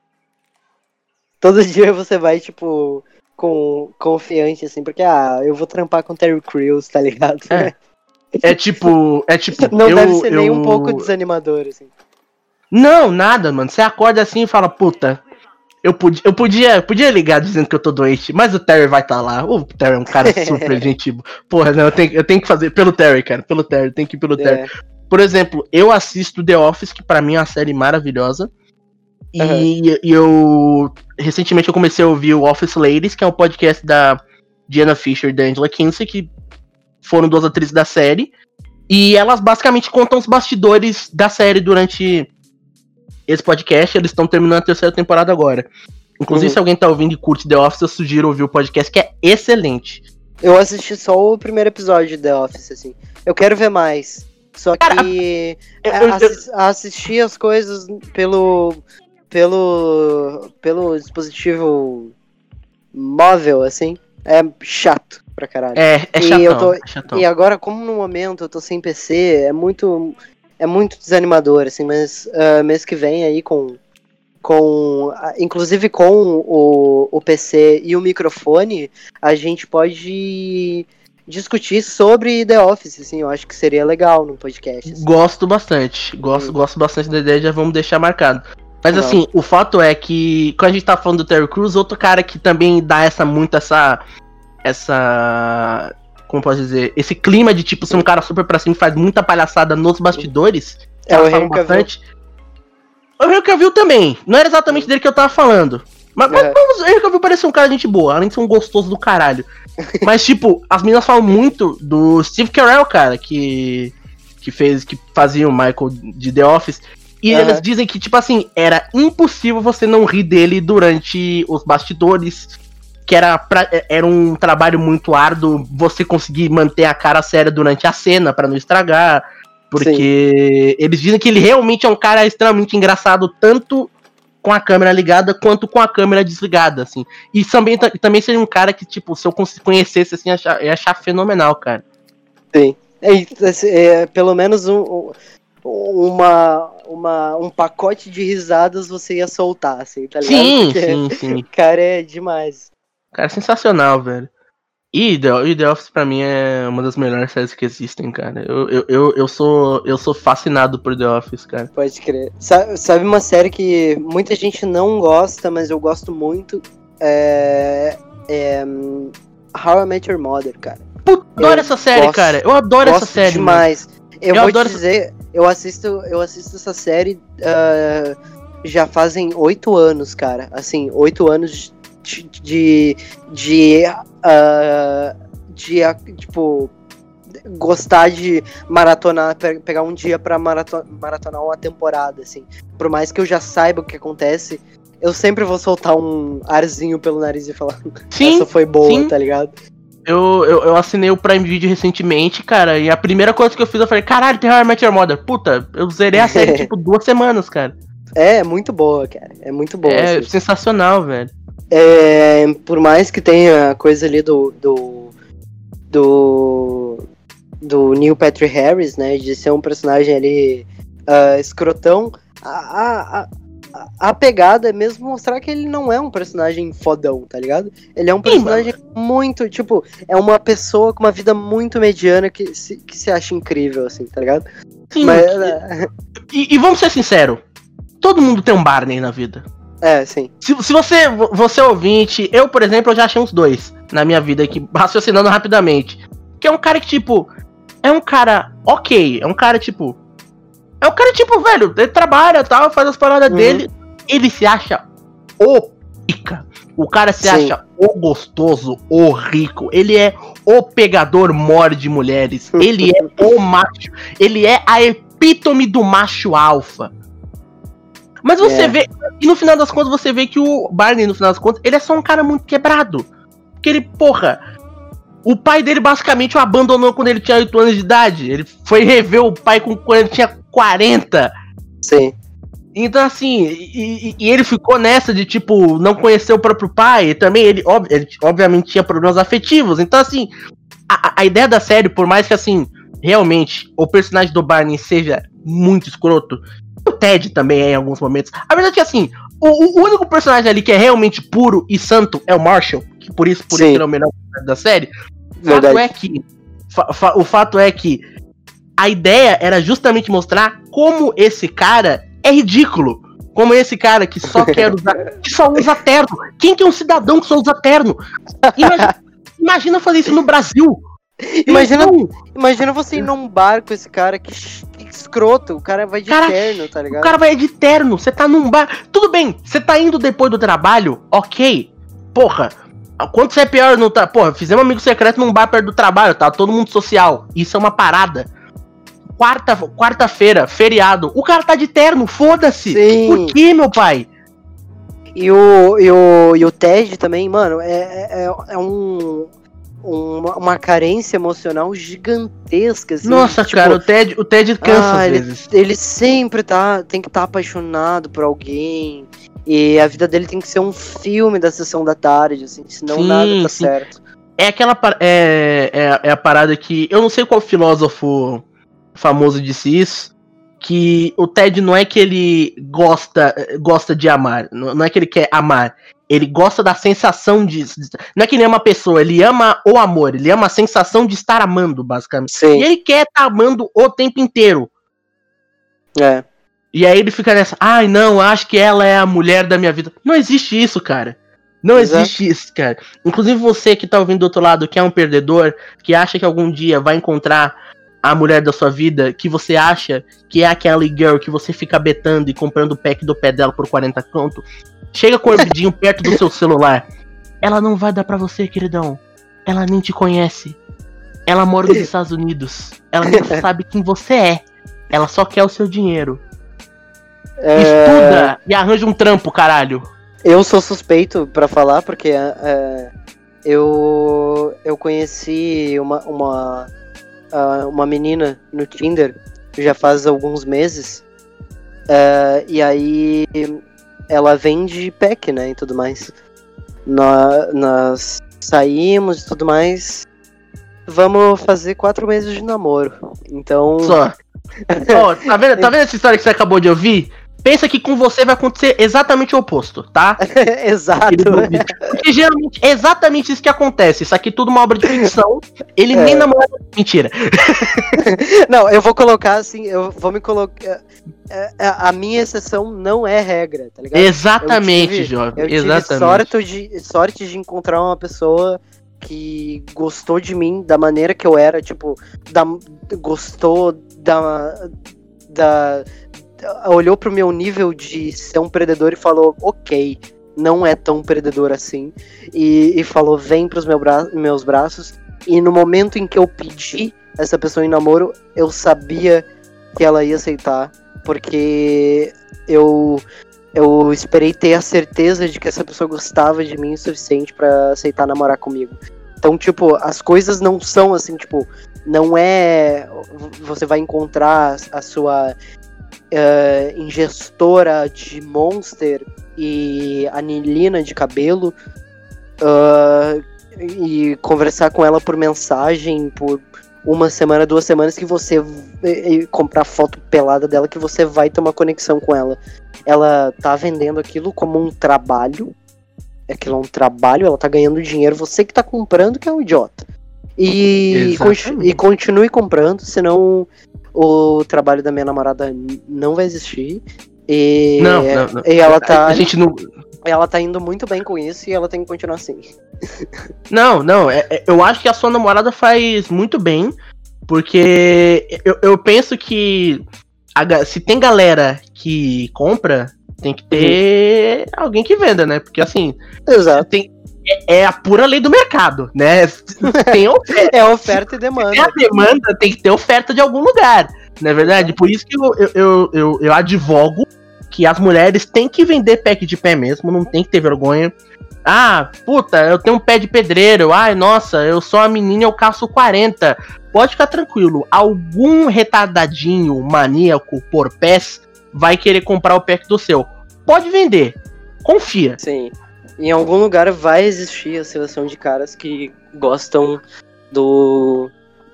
Todo dia você vai, tipo, com confiante, assim, porque, ah, eu vou trampar com Terry Crews, tá ligado? É. É tipo. É tipo. Não eu, deve ser eu... nem um pouco desanimador, assim. Não, nada, mano. Você acorda assim e fala, puta. Eu podia, eu podia, podia ligar dizendo que eu tô doente, mas o Terry vai estar tá lá. O Terry é um cara super gentil. Porra, não, eu tenho, eu tenho que fazer pelo Terry, cara. Pelo Terry, tem que ir pelo Terry. É. Por exemplo, eu assisto The Office, que pra mim é uma série maravilhosa. E, uhum. e eu. Recentemente eu comecei a ouvir o Office Ladies, que é um podcast da Jenna Fischer e da Angela Kinsey, que foram duas atrizes da série. E elas basicamente contam os bastidores da série durante esse podcast. Eles estão terminando a terceira temporada agora. Inclusive, uhum. se alguém tá ouvindo e curte The Office, eu sugiro ouvir o podcast, que é excelente. Eu assisti só o primeiro episódio de The Office, assim. Eu quero ver mais. Só Cara, que eu, eu, assi- assistir as coisas pelo, pelo, pelo dispositivo móvel, assim, é chato pra caralho. É, é chatão, e, eu tô, é chatão. E agora, como no momento eu tô sem P C, é muito, é muito desanimador, assim, mas uh, mês que vem aí com, com, inclusive com o, o P C e o microfone, a gente pode discutir sobre The Office, assim, eu acho que seria legal no podcast. Assim. Gosto bastante, gosto, hum. gosto bastante da ideia, já vamos deixar marcado. Mas assim, não. O fato é que, quando a gente tá falando do Terry Crews, outro cara que também dá essa, muito essa, essa, como posso dizer, esse clima de tipo ser um cara super pra cima e faz muita palhaçada nos bastidores, é o Henry bastante. O Henry Cavill também, não era exatamente dele que eu tava falando. Mas, é. mas o Henry Cavill parece um cara de gente boa, além de ser um gostoso do caralho. Mas, tipo, as meninas falam muito do Steve Carell, cara, que, que fez, que fazia o Michael de The Office. E uhum. eles dizem que, tipo assim, era impossível você não rir dele durante os bastidores. Que era, pra, era um trabalho muito árduo você conseguir manter a cara séria durante a cena pra não estragar. Porque Sim. eles dizem que ele realmente é um cara extremamente engraçado, tanto com a câmera ligada quanto com a câmera desligada, assim. E também, também seria um cara que, tipo, se eu conhecesse, assim, ia achar, ia achar fenomenal, cara. Sim. É, é, pelo menos um, uma, uma, um pacote de risadas você ia soltar, assim, tá ligado? Sim, Porque, sim, sim. Cara, é demais. Cara, é sensacional, velho. E The, The Office, pra mim, é uma das melhores séries que existem, cara. Eu, eu, eu, eu, sou, eu sou fascinado por The Office, cara. Pode crer. Sabe, sabe uma série que muita gente não gosta, mas eu gosto muito? É... é How I Met Your Mother, cara. Puta, adoro essa série, gosto, cara. Eu adoro essa série. Demais. Eu, eu vou adoro te dizer, essa... eu assisto, eu assisto essa série uh, já fazem oito anos, cara. Assim, oito anos de... de, de Uh, de, tipo, gostar de maratonar, pegar um dia pra maraton, maratonar uma temporada, assim. Por mais que eu já saiba o que acontece, eu sempre vou soltar um arzinho pelo nariz e falar, sim, essa foi boa, sim. tá ligado? Eu, eu, eu assinei o Prime Video recentemente, cara, e a primeira coisa que eu fiz, eu falei, caralho, tem How I Met Your Mother. Puta, eu zerei a série, tipo, duas semanas, cara. É, é muito boa, cara, é muito boa. É assim. Sensacional, velho. É, por mais que tenha a coisa ali do do, do do Neil Patrick Harris, né, de ser um personagem ali uh, escrotão, a, a, a pegada é mesmo mostrar que ele não é um personagem fodão, tá ligado? Ele é um personagem Sim, muito, tipo, é uma pessoa com uma vida muito mediana que se, que se acha incrível, assim, tá ligado? Sim, Mas, que... e, e vamos ser sinceros, todo mundo tem um Barney na vida. É, sim. Se, se você, você é ouvinte, eu, por exemplo, eu já achei uns dois na minha vida aqui, raciocinando rapidamente. Que é um cara que, tipo, é um cara ok, é um cara, tipo... É um cara, tipo, velho, ele trabalha e tal, faz as paradas uhum. dele, ele se acha o pica. O cara se sim. acha o gostoso, o rico, ele é o pegador mor de mulheres, ele é o macho, ele é a epítome do macho alfa. Mas você é. vê, e no final das contas você vê que o Barney, no final das contas, ele é só um cara muito quebrado. Porque ele, porra, o pai dele basicamente o abandonou quando ele tinha oito anos de idade. Ele foi rever o pai quando ele tinha quarenta. Sim. Então assim, e, e ele ficou nessa de tipo, não conhecer o próprio pai. E também ele, ob, ele obviamente tinha problemas afetivos. Então assim, a, a ideia da série, por mais que assim, realmente o personagem do Barney seja muito escroto, o Ted também é em alguns momentos. A verdade é que assim, o, o único personagem ali que é realmente puro e santo é o Marshall, que por isso, por isso ele é o melhor da série. O fato é que, fa, fa, o fato é que a ideia era justamente mostrar como esse cara é ridículo. Como esse cara que só quer usar, que só usa terno. Quem que é um cidadão que só usa terno? Imagina, imagina fazer isso no Brasil. Imagina, então, imagina você ir num bar com esse cara que, que escroto, o cara vai de cara, terno, tá ligado? O cara vai de terno, você tá num bar. Tudo bem, você tá indo depois do trabalho, ok. Porra, quanto você é pior não tá. Porra, fizemos um amigo secreto num bar perto do trabalho, tá? Todo mundo social. Isso é uma parada. Quarta, quarta-feira, feriado. O cara tá de terno, foda-se. Sim. Por que, meu pai? E o, e o, e o Ted também, mano, é, é, é um. Uma, uma carência emocional gigantesca, assim. Nossa, tipo, cara, o Ted, o Ted cansa ah, às ele, vezes. Ele sempre tá, tem que estar tá apaixonado por alguém. E a vida dele tem que ser um filme da sessão da tarde, assim, senão sim, nada tá sim. certo. É aquela é, é, é a parada que. Eu não sei qual filósofo famoso disse isso. que o Ted não é que ele gosta, gosta de amar, não é que ele quer amar, ele gosta da sensação de... Não é que ele ama a pessoa, ele ama o amor, ele ama a sensação de estar amando, basicamente. Sim. E ele quer estar amando o tempo inteiro. É. E aí ele fica nessa, ai não, acho que ela é a mulher da minha vida. Não existe isso, cara. Não Exato. existe isso, cara. Inclusive você que tá ouvindo do outro lado, que é um perdedor, que acha que algum dia vai encontrar a mulher da sua vida, que você acha que é aquela girl que você fica betando e comprando o pack do pé dela por quarenta conto, chega com o orbidinho perto do seu celular. Ela não vai dar pra você, queridão. Ela nem te conhece. Ela mora nos Estados Unidos. Ela nem sabe quem você é. Ela só quer o seu dinheiro. É... Estuda e arranja um trampo, caralho. Eu sou suspeito pra falar, porque é, eu, eu conheci uma... uma... uma menina no Tinder já faz alguns meses, uh, e aí ela vende pack, né, e tudo mais. Nós, nós saímos e tudo mais, vamos fazer quatro meses de namoro, então... Só. Oh, tá vendo, tá vendo essa história que você acabou de ouvir? Pensa que com você vai acontecer exatamente o oposto, tá? Exato. Porque geralmente é exatamente isso que acontece. Isso aqui é tudo uma obra de ficção. Ele é. nem namora. Mentira. Não, eu vou colocar assim, eu vou me colocar. A minha exceção não é regra, tá ligado? Exatamente, eu tive, jovem. Eu tive exatamente. Sorte, de, sorte de encontrar uma pessoa que gostou de mim da maneira que eu era, tipo, da, gostou da. da olhou pro meu nível de ser um predador e falou, ok, não é tão predador assim, e, e falou, vem pros meu bra- meus braços, e no momento em que eu pedi essa pessoa em namoro, eu sabia que ela ia aceitar, porque eu, eu esperei ter a certeza de que essa pessoa gostava de mim o suficiente pra aceitar namorar comigo. Então, tipo, as coisas não são assim, tipo, não é, você vai encontrar a sua... Uh, ingestora de Monster e anilina de cabelo uh, e conversar com ela por mensagem por uma semana, duas semanas, que você e comprar foto pelada dela, que você vai ter uma conexão com ela. Ela tá vendendo aquilo como um trabalho, aquilo é um trabalho, ela tá ganhando dinheiro, você que tá comprando que é um idiota. E, continu- e continue comprando, senão o trabalho da minha namorada não vai existir. E, não, não, não. e ela tá. A gente não... Ela tá indo muito bem com isso e ela tem que continuar assim. Não, não. É, é, eu acho que a sua namorada faz muito bem. Porque eu, eu penso que a, se tem galera que compra, tem que ter uhum. alguém que venda, né? Porque assim. Exato. Tem, É, é a pura lei do mercado, né? Tem oferta. É oferta e demanda. Se tem a demanda, tem que ter oferta de algum lugar, não é verdade? Por isso que eu, eu, eu, eu, eu advogo que as mulheres têm que vender pack de pé mesmo, não tem que ter vergonha. Ah, puta, eu tenho um pé de pedreiro. Ai, nossa, eu sou a menina e eu caço quarenta. Pode ficar tranquilo, algum retardadinho maníaco por pés vai querer comprar o pack do seu. Pode vender, confia. Sim. Em algum lugar vai existir a seleção de caras que gostam do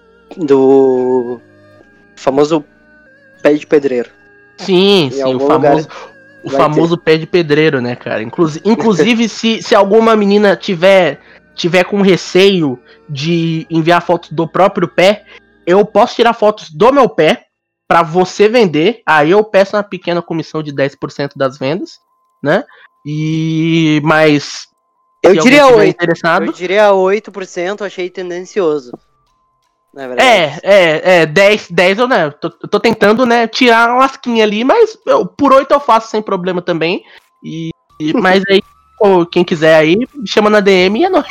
do famoso pé de pedreiro. Sim, em sim, o famoso, o famoso pé de pedreiro, né, cara? Inclusive, inclusive se, se alguma menina tiver, tiver com receio de enviar fotos do próprio pé, eu posso tirar fotos do meu pé pra você vender. Aí eu peço uma pequena comissão de dez por cento das vendas, né? E mas eu diria oito por cento. Eu diria oito por cento, achei tendencioso. Não é verdade? É, é, é, dez, dez eu, né, tô, tô tentando, né, tirar uma lasquinha ali, mas eu, por oito eu faço sem problema também. E, e mas aí, pô, quem quiser aí, me chama na D M e é nóis.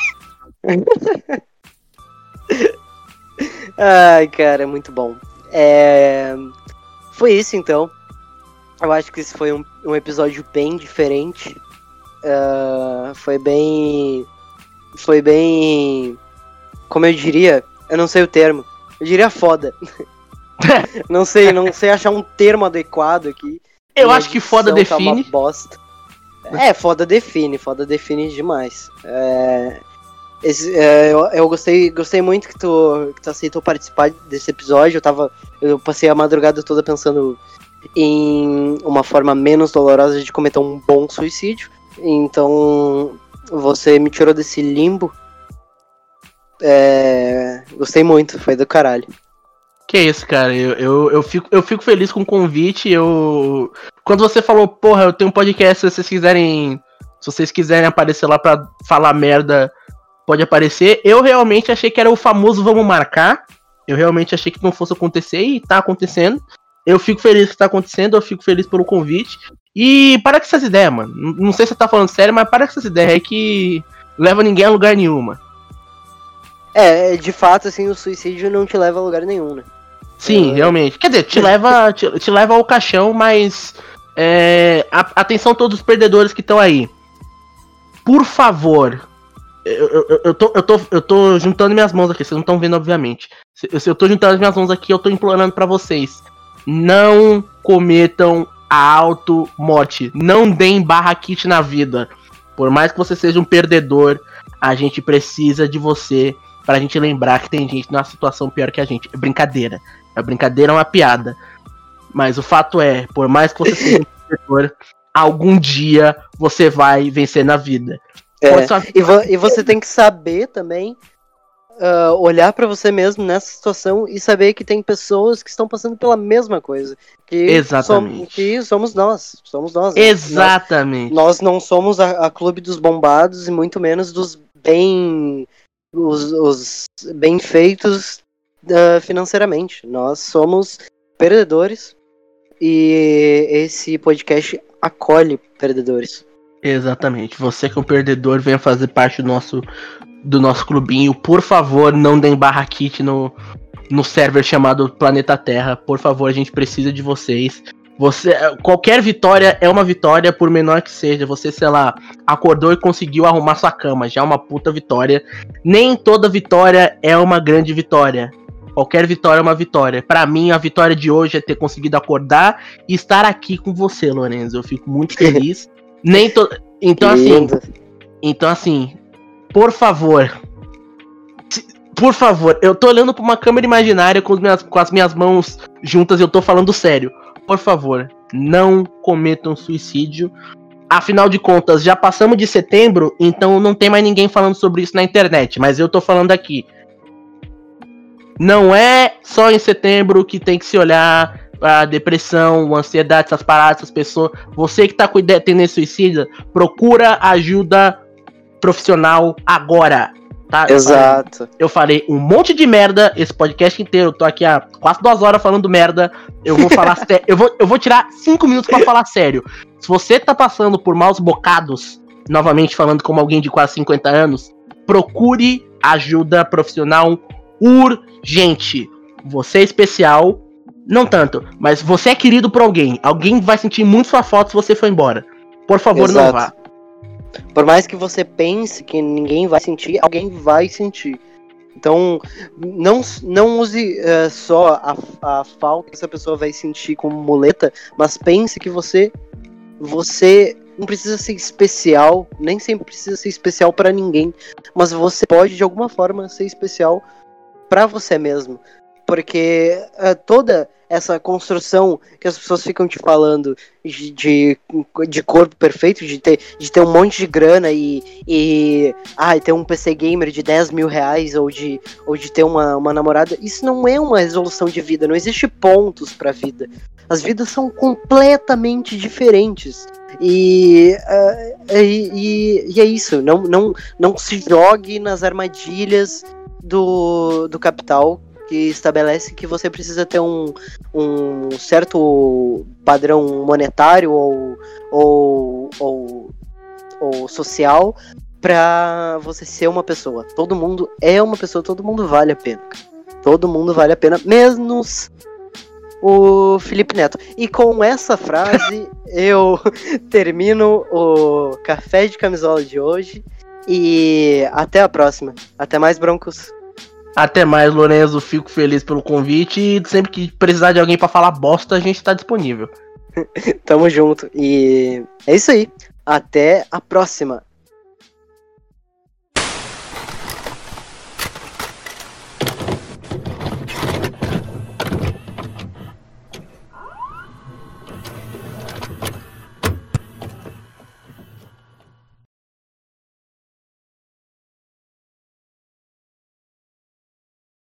Ai, cara, muito bom. É... Foi isso então. Eu acho que esse foi um, um episódio bem diferente. Uh, foi bem... Foi bem... Como eu diria... Eu não sei o termo. Eu diria foda. não sei, não sei achar um termo adequado aqui. Eu acho que foda define. Tá uma bosta. É, foda define. Foda define demais. É, esse, é, eu eu gostei, gostei muito que tu, que tu aceitou participar desse episódio. Eu tava... Eu passei a madrugada toda pensando... em uma forma menos dolorosa de cometer um bom suicídio. Então, você me tirou desse limbo. É... Gostei muito, foi do caralho. Que isso, cara, eu, eu, eu, fico, eu fico feliz com o convite. Eu... Quando você falou, porra, eu tenho um podcast, se vocês quiserem. Se vocês quiserem aparecer lá pra falar merda, pode aparecer. Eu realmente achei que era o famoso vamos marcar. Eu realmente achei que não fosse acontecer e tá acontecendo. Eu fico feliz que tá acontecendo, eu fico feliz pelo convite. E para com essas ideias, mano. Não sei se você tá falando sério, mas para com essas ideias aí que leva ninguém a lugar nenhum, mano. É, de fato, assim, o suicídio não te leva a lugar nenhum, né? Sim, é... realmente. Quer dizer, te leva, te, te leva ao caixão, mas... É, a, atenção a todos os perdedores que estão aí. Por favor... Eu, eu, eu, tô, eu, tô, eu tô juntando minhas mãos aqui, vocês não estão vendo, obviamente. Se, se eu tô juntando as minhas mãos aqui, eu tô implorando pra vocês. Não cometam a auto-morte. Não deem barra kit na vida. Por mais que você seja um perdedor, a gente precisa de você pra gente lembrar que tem gente numa situação pior que a gente. É brincadeira. A brincadeira é uma piada. Mas o fato é, por mais que você seja um perdedor, algum dia você vai vencer na vida. É, e, vo- e você tem que saber também uh, olhar pra você mesmo nessa situação e saber que tem pessoas que estão passando pela mesma coisa. Que Exatamente. Som- que somos nós. Somos nós. Né? Exatamente. Nós, nós não somos a, a clube dos bombados e muito menos dos bem, os, os bem feitos uh, financeiramente. Nós somos perdedores e esse podcast acolhe perdedores. Exatamente. Você que é um perdedor, venha fazer parte do nosso, do nosso clubinho. Por favor, não deem barra kit no, no server chamado Planeta Terra. Por favor, a gente precisa de vocês. Você, qualquer vitória é uma vitória, por menor que seja. Você, sei lá, acordou e conseguiu arrumar sua cama. Já é uma puta vitória. Nem toda vitória é uma grande vitória. Qualquer vitória é uma vitória. Pra mim, a vitória de hoje é ter conseguido acordar e estar aqui com você, Lorenzo. Eu fico muito feliz. Nem to... Então Lindo. assim, então assim, por favor, por favor, eu tô olhando pra uma câmera imaginária com as minhas, com as minhas mãos juntas e eu tô falando sério. Por favor, não cometam suicídio. Afinal de contas, já passamos de setembro, então não tem mais ninguém falando sobre isso na internet, mas eu tô falando aqui. Não é só em setembro que tem que se olhar a depressão, a ansiedade, essas paradas, essas pessoas. Você que tá com ideia de ter suicídio, procura ajuda profissional agora, tá? Exato. Eu falei um monte de merda esse podcast inteiro. Eu tô aqui há quase duas horas falando merda. Eu vou falar sério. Eu vou, eu vou tirar cinco minutos pra falar sério. Se você tá passando por maus bocados, novamente falando como alguém de quase cinquenta anos, procure ajuda profissional urgente. Você é especial. Não tanto, mas você é querido por alguém. Alguém vai sentir muito sua falta se você for embora. Por favor, Exato. não vá. Por mais que você pense que ninguém vai sentir, alguém vai sentir. Então, não, não use uh, só a, a falta que essa pessoa vai sentir como muleta, mas pense que você, você não precisa ser especial, nem sempre precisa ser especial pra ninguém, mas você pode, de alguma forma, ser especial pra você mesmo. Porque uh, toda essa construção que as pessoas ficam te falando de, de, de corpo perfeito, de ter, de ter um monte de grana e, e ah, ter um P C gamer de dez mil reais ou de, ou de ter uma, uma namorada, isso não é uma resolução de vida, não existe pontos pra vida. As vidas são completamente diferentes. E, uh, e, e, e é isso, não, não, não se jogue nas armadilhas do, do capital, que estabelece que você precisa ter um, um certo padrão monetário ou, ou, ou, ou social pra você ser uma pessoa. Todo mundo é uma pessoa, todo mundo vale a pena. Todo mundo vale a pena, menos o Felipe Neto. E com essa frase eu termino o Café de Camisola de hoje e até a próxima. Até mais, Broncos. Até mais, Lorenzo. Fico feliz pelo convite e sempre que precisar de alguém pra falar bosta, a gente tá disponível. Tamo junto. E é isso aí. Até a próxima.